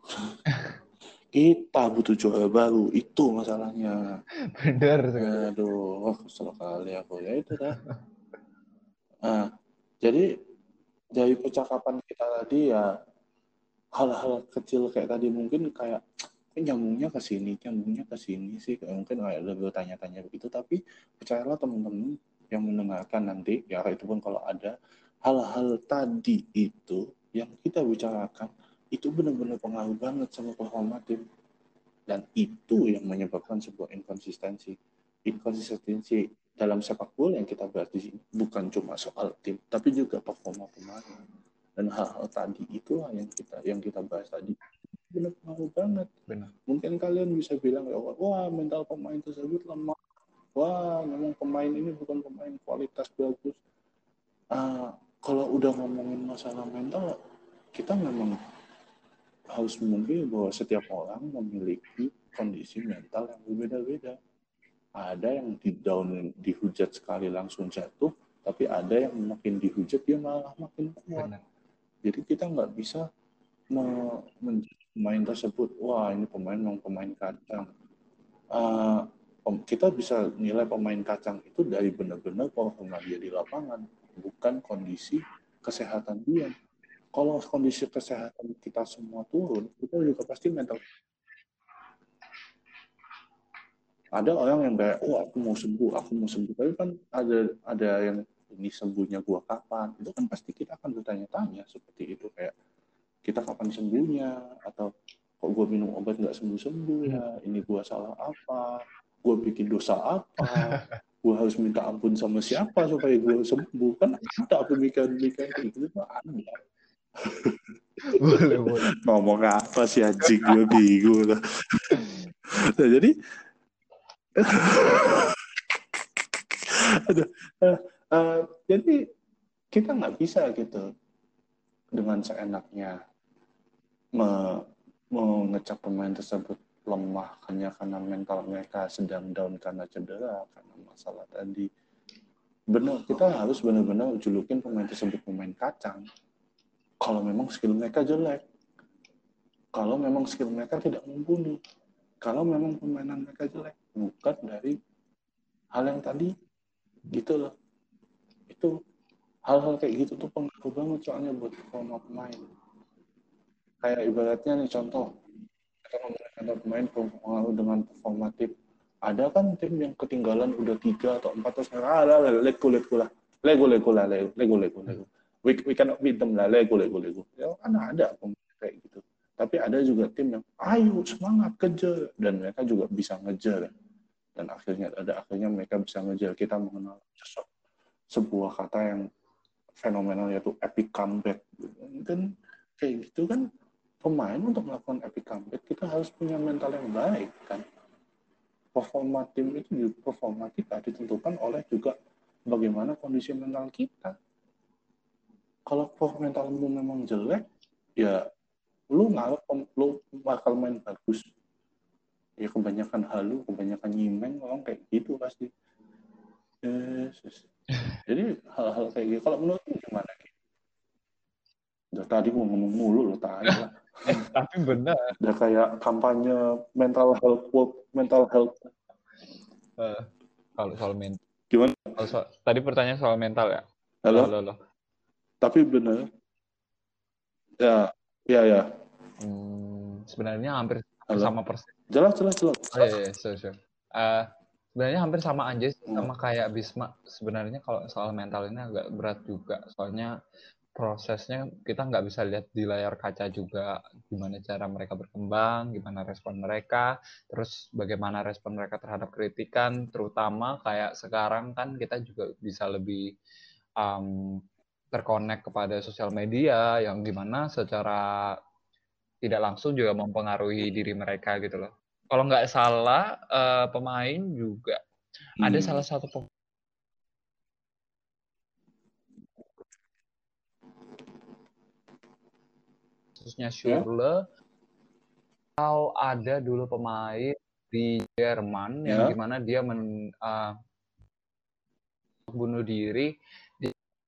Kita butuh juara baru, itu masalahnya. Benar sekali. Aduh, kesel kali aku. Ya itu dah. Nah, jadi dari percakapan kita tadi ya, hal-hal kecil kayak tadi mungkin kayak nyambungnya ke sini sih. Kayak mungkin kayak lebih bertanya-tanya begitu. Tapi percayalah teman-teman yang mendengarkan nanti, ya itu pun kalau ada hal-hal tadi itu yang kita bicarakan, itu benar-benar pengaruh banget sama performa tim. Dan itu yang menyebabkan sebuah inkonsistensi. Inkonsistensi dalam sepak bola yang kita bahas di sini bukan cuma soal tim, tapi juga performa pemain. Dan hal-hal tadi itulah yang kita bahas tadi. Benar pengaruh banget. Benar. Mungkin kalian bisa bilang, wah mental pemain tersebut lemah. Wah memang pemain ini bukan pemain kualitas bagus. Kalau udah ngomongin masalah mental, kita memang harus mengakui bahwa setiap orang memiliki kondisi mental yang berbeda-beda. Ada yang dihujat sekali langsung jatuh, tapi ada yang makin dihujat dia malah makin kuat. Benar. Jadi kita nggak bisa menjadi pemain tersebut, wah ini pemain memang pemain kacang. Kita bisa nilai pemain kacang itu dari benar-benar performa dia di lapangan, bukan kondisi kesehatan dia. Kalau kondisi kesehatan kita semua turun, kita juga pasti mental. Ada orang yang kayak, aku mau sembuh. Tapi kan ada yang ini sembuhnya gua kapan? Itu kan pasti kita akan bertanya-tanya seperti itu, kayak kita kapan sembuhnya, atau kok gua minum obat nggak sembuh-sembuh ya? Ini gua salah apa? Gua bikin dosa apa? Gua harus minta ampun sama siapa supaya gua sembuh? Kan ada pemikiran-pemikiran kayak gitu tuh ada. boleh. Ngomong apa sih anjing, gue bingung lah. Nah, jadi kita nggak bisa gitu dengan seenaknya mengecap pemain tersebut lemah hanya karena mental mereka sedang down karena cedera, karena masalah tadi. Benar, kita harus benar-benar julukin pemain tersebut pemain kacang kalau memang skill mereka jelek, kalau memang skill mereka tidak mumpuni, kalau memang permainan mereka jelek, bukan dari hal yang tadi gitu loh. Itu hal-hal kayak gitu tuh pengaruh banget soalnya buat performa pemain. Kayak ibaratnya nih contoh, kita ngomongin pemain pengaruh dengan performa tim. Ada kan tim yang ketinggalan udah 3 atau 4 terus lego. We cannot beat them lah, lego. Ya kan ada kayak gitu. Tapi ada juga tim yang ayo semangat kejar, dan mereka juga bisa ngejar. Dan akhirnya mereka bisa ngejar. Kita mengenal sebuah kata yang fenomenal, yaitu epic comeback. Kan kayak gitu kan, pemain untuk melakukan epic comeback kita harus punya mental yang baik kan. Performa tim itu, performa kita ditentukan oleh juga bagaimana kondisi mental kita. Kalau mentalmu memang jelek, ya lu bakal main bagus. Ya kebanyakan halu, kebanyakan nyimeng, orang kayak gitu pasti. Jadi hal-hal kayak gitu, kalau menurutmu gimana? Udah tadi mau ngomong mulu lo tanya lah. Tapi benar. Udah kayak kampanye mental health. Kalau soal mental. Gimana? Tadi pertanyaan soal mental ya? Halo? Halo. Tapi bener. Ya, ya. Sebenarnya hampir Halo? sama persis. Jelas. Oh iya, sure. Sebenarnya hampir sama aja sih, sama kayak Bisma. Sebenarnya kalau soal mental ini agak berat juga. Soalnya prosesnya kita nggak bisa lihat di layar kaca juga gimana cara mereka berkembang, gimana respon mereka, terus bagaimana respon mereka terhadap kritikan, terutama kayak sekarang kan kita juga bisa lebih terkonek kepada sosial media yang gimana secara tidak langsung juga mempengaruhi diri mereka gitu loh. Kalau nggak salah pemain juga ada salah satu khususnya Ya? Schürrle, atau ada dulu pemain di Jerman yang Ya? gimana dia bunuh diri di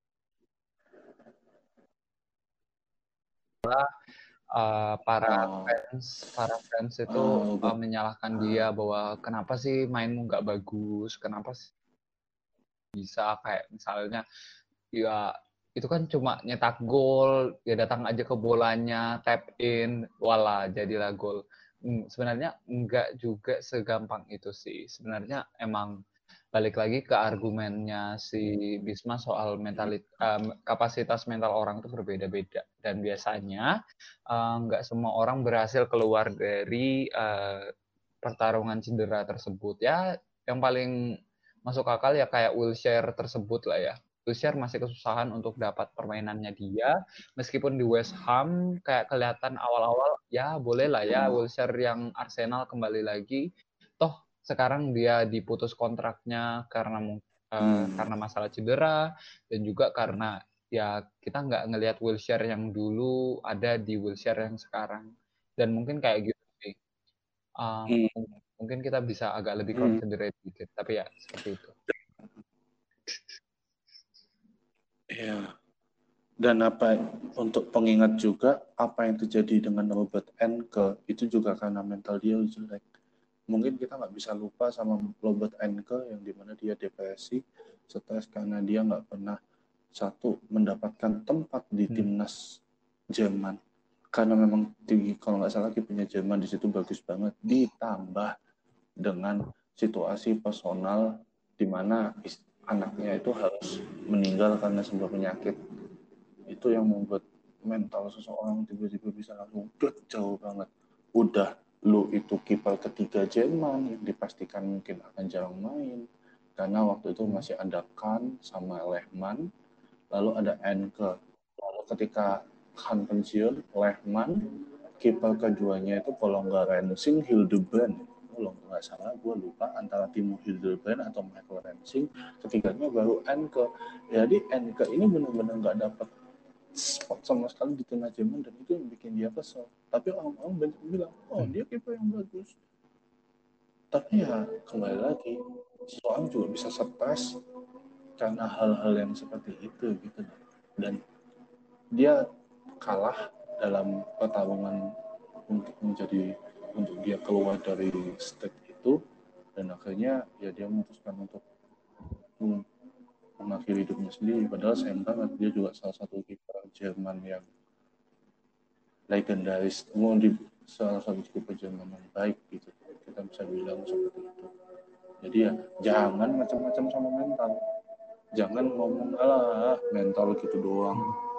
Oh, para fans itu oh, menyalahkan dia bahwa kenapa sih mainmu nggak bagus, kenapa sih bisa kayak misalnya ya itu kan cuma nyetak gol, ya datang aja ke bolanya, tap in, wala jadilah gol. Sebenarnya enggak juga segampang itu sih. Sebenarnya emang balik lagi ke argumennya si Bisma soal kapasitas mental orang itu berbeda-beda dan biasanya nggak semua orang berhasil keluar dari pertarungan cedera tersebut ya. Yang paling masuk akal ya kayak Wilshere tersebut lah ya. Wilshere masih kesusahan untuk dapat permainannya dia, meskipun di West Ham kayak kelihatan awal-awal ya boleh lah ya Wilshere yang Arsenal kembali lagi. Toh sekarang dia diputus kontraknya karena masalah cedera dan juga karena ya kita nggak ngelihat Wilshere yang dulu ada di Wilshere yang sekarang dan mungkin kayak gitu sih. Uh, mungkin kita bisa agak lebih considerate dikit, tapi ya seperti itu. ya. Dan apa untuk pengingat juga apa yang terjadi dengan Robert Enke itu juga karena mental dia jelek. Mungkin kita nggak bisa lupa sama Robert Enke yang dimana dia depresi, stres karena dia nggak pernah satu mendapatkan tempat di timnas Jerman karena memang kalau nggak salah kipernya Jerman di situ bagus banget, ditambah dengan situasi personal di mana anaknya itu harus meninggal karena sebuah penyakit. Itu yang membuat mental seseorang tiba-tiba bisa langsung jauh banget. Udah lu itu kiper ketiga Jerman yang dipastikan mungkin akan jarang main karena waktu itu masih ada Kahn sama Lehmann, lalu ada Enke. Lalu ketika Kahn pensiun, Lehmann, kiper keduanya itu kalau nggak Rensing, Hildebrand. Kalau nggak salah, gue lupa antara Timo Hildebrand atau Michael Rensing. Ketiganya baru Enke. Jadi Enke ini benar-benar nggak dapat spot sama sekali di tengah Jerman dan itu yang bikin dia kesel. Tapi orang-orang banyak bilang, oh dia kiper yang bagus. Tapi ya kembali lagi, seseorang juga bisa stres karena hal-hal yang seperti itu gitu. Dan dia kalah dalam pertarungan untuk dia keluar dari state itu dan akhirnya ya dia memutuskan untuk mengakhiri hidupnya sendiri. Padahal sayang banget dia juga salah satu kiper Jerman yang legendaris, salah satu kiper Jerman yang baik gitu. Kita bisa bilang seperti itu. Jadi ya jangan macam-macam sama mental. Jangan ngomong alah mental gitu doang.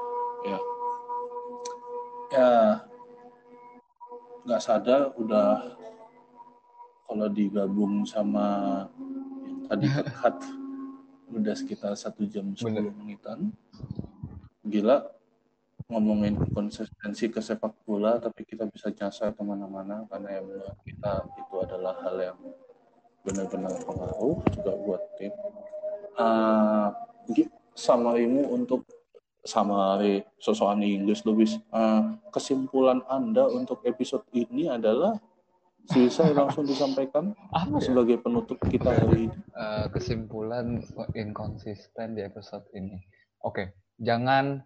Ya nggak sadar udah kalau digabung sama yang tadi kekat udah sekitar 1 jam 10 menitan. Gila ngomongin konsistensi ke sepak bola tapi kita bisa nyasar kemana-mana karena yang menurut kita itu adalah hal yang benar-benar pengaruh juga buat tim. Summary-mu untuk summary sosokan Inggris Lubis. Kesimpulan Anda untuk episode ini adalah bisa langsung disampaikan sebagai penutup kita hari ini. Kesimpulan inkonsisten di episode ini. Oke, jangan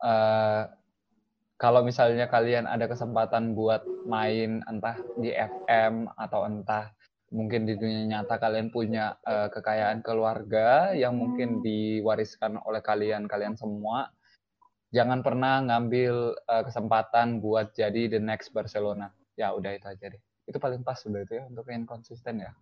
kalau misalnya kalian ada kesempatan buat main entah di FM atau entah mungkin di dunia nyata kalian punya kekayaan keluarga yang mungkin diwariskan oleh kalian semua. Jangan pernah ngambil kesempatan buat jadi the next Barcelona. Ya udah itu aja deh. Itu paling pas udah itu ya untuk yang konsisten ya.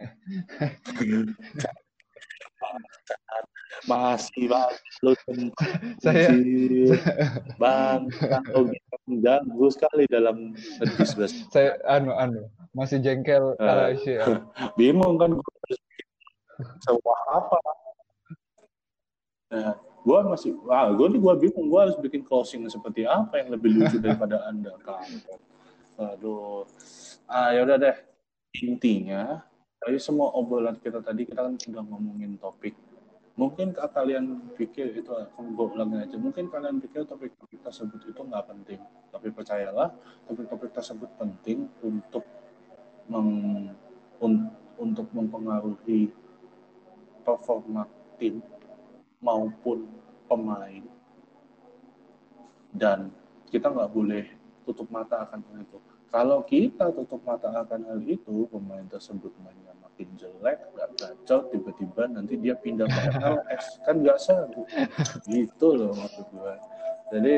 Masih bang, lu saya, anjir. Bang, kalau kita jago sekali dalam discuss. saya masih jengkel kalah Asia. Bingung kan gue harus sewa apa. Nah, gue bingung gue harus bikin closing seperti apa yang lebih lucu daripada Anda kan. Aduh. Ya udah deh. Intinya dari semua obrolan kita tadi kita kan sudah ngomongin topik. Mungkin kalian pikir itu, gue ulangi aja. Mungkin kalian pikir topik-topik tersebut itu nggak penting, tapi percayalah topik-topik tersebut penting untuk untuk mempengaruhi performa tim maupun pemain, dan kita nggak boleh tutup mata akan hal itu. Kalau kita tutup mata akan hal itu, pemain tersebut mainnya makin jelek, nggak gacor, tiba-tiba nanti dia pindah ke MLS, kan nggak seru. Gitu loh maksud gue. Jadi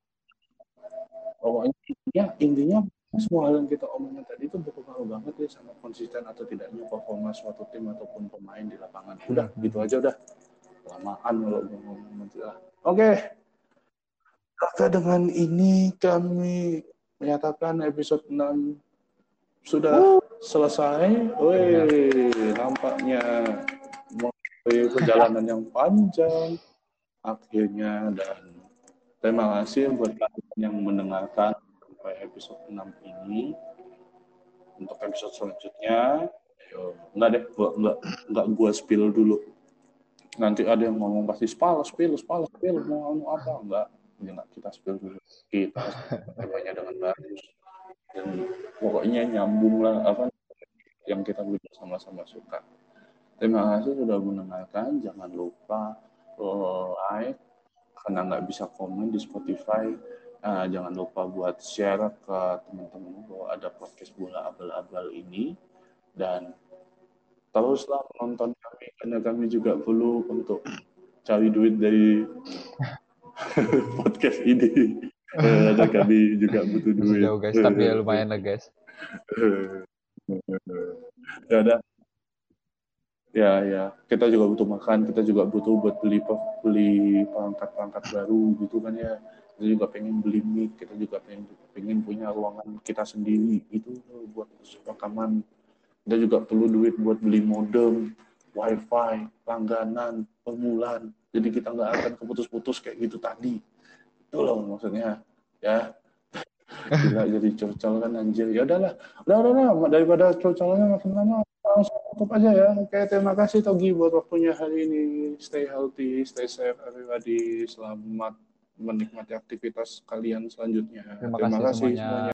pokoknya intinya semua hal yang kita omongin tadi itu berpengaruh banget ya sama konsisten atau tidaknya performa suatu tim ataupun pemain di lapangan. Udah, gitu aja udah. Lamaan kalau ngomong nanti lah. Oke. Maka dengan ini kami menyatakan episode 6 sudah selesai. Wih, nampaknya melalui perjalanan yang panjang akhirnya, dan terima kasih buat kalian yang mendengarkan sampai episode 6 ini. Untuk episode selanjutnya, enggak deh, enggak gua spill dulu. Nanti ada yang ngomong pasti spill, mau apa, enggak. Jangan kita spill dulu. Kita banyak dengan bagus. Dan pokoknya nyambung lah apa yang kita sama-sama suka. Terima kasih sudah mendengarkan. Jangan lupa like, karena nggak bisa komen di Spotify. Jangan lupa buat share ke teman-teman bahwa ada podcast bola abal-abal ini, dan teruslah menonton kami karena kami juga perlu untuk cari duit dari podcast ini. Ada kami juga butuh duit. Jauh guys, tapi ya lumayan lah guys. Ya udah. Ya, kita juga butuh makan, kita juga butuh buat beli perangkat baru gitu kan ya. Kita juga pengen beli mic, kita juga pengen punya ruangan kita sendiri itu buat rekaman. Kita juga perlu duit buat beli modem, wifi, langganan, per bulan. Jadi kita nggak akan keputus-putus kayak gitu tadi. Itu loh maksudnya. Ya, gila jadi curcol kan anjir. Ya udahlah, udah daripada curcolnya makin lama langsung tutup aja ya. Oke, terima kasih Togi buat waktunya hari ini. Stay healthy, stay safe everybody. Selamat menikmati aktivitas kalian selanjutnya. Terima kasih semuanya.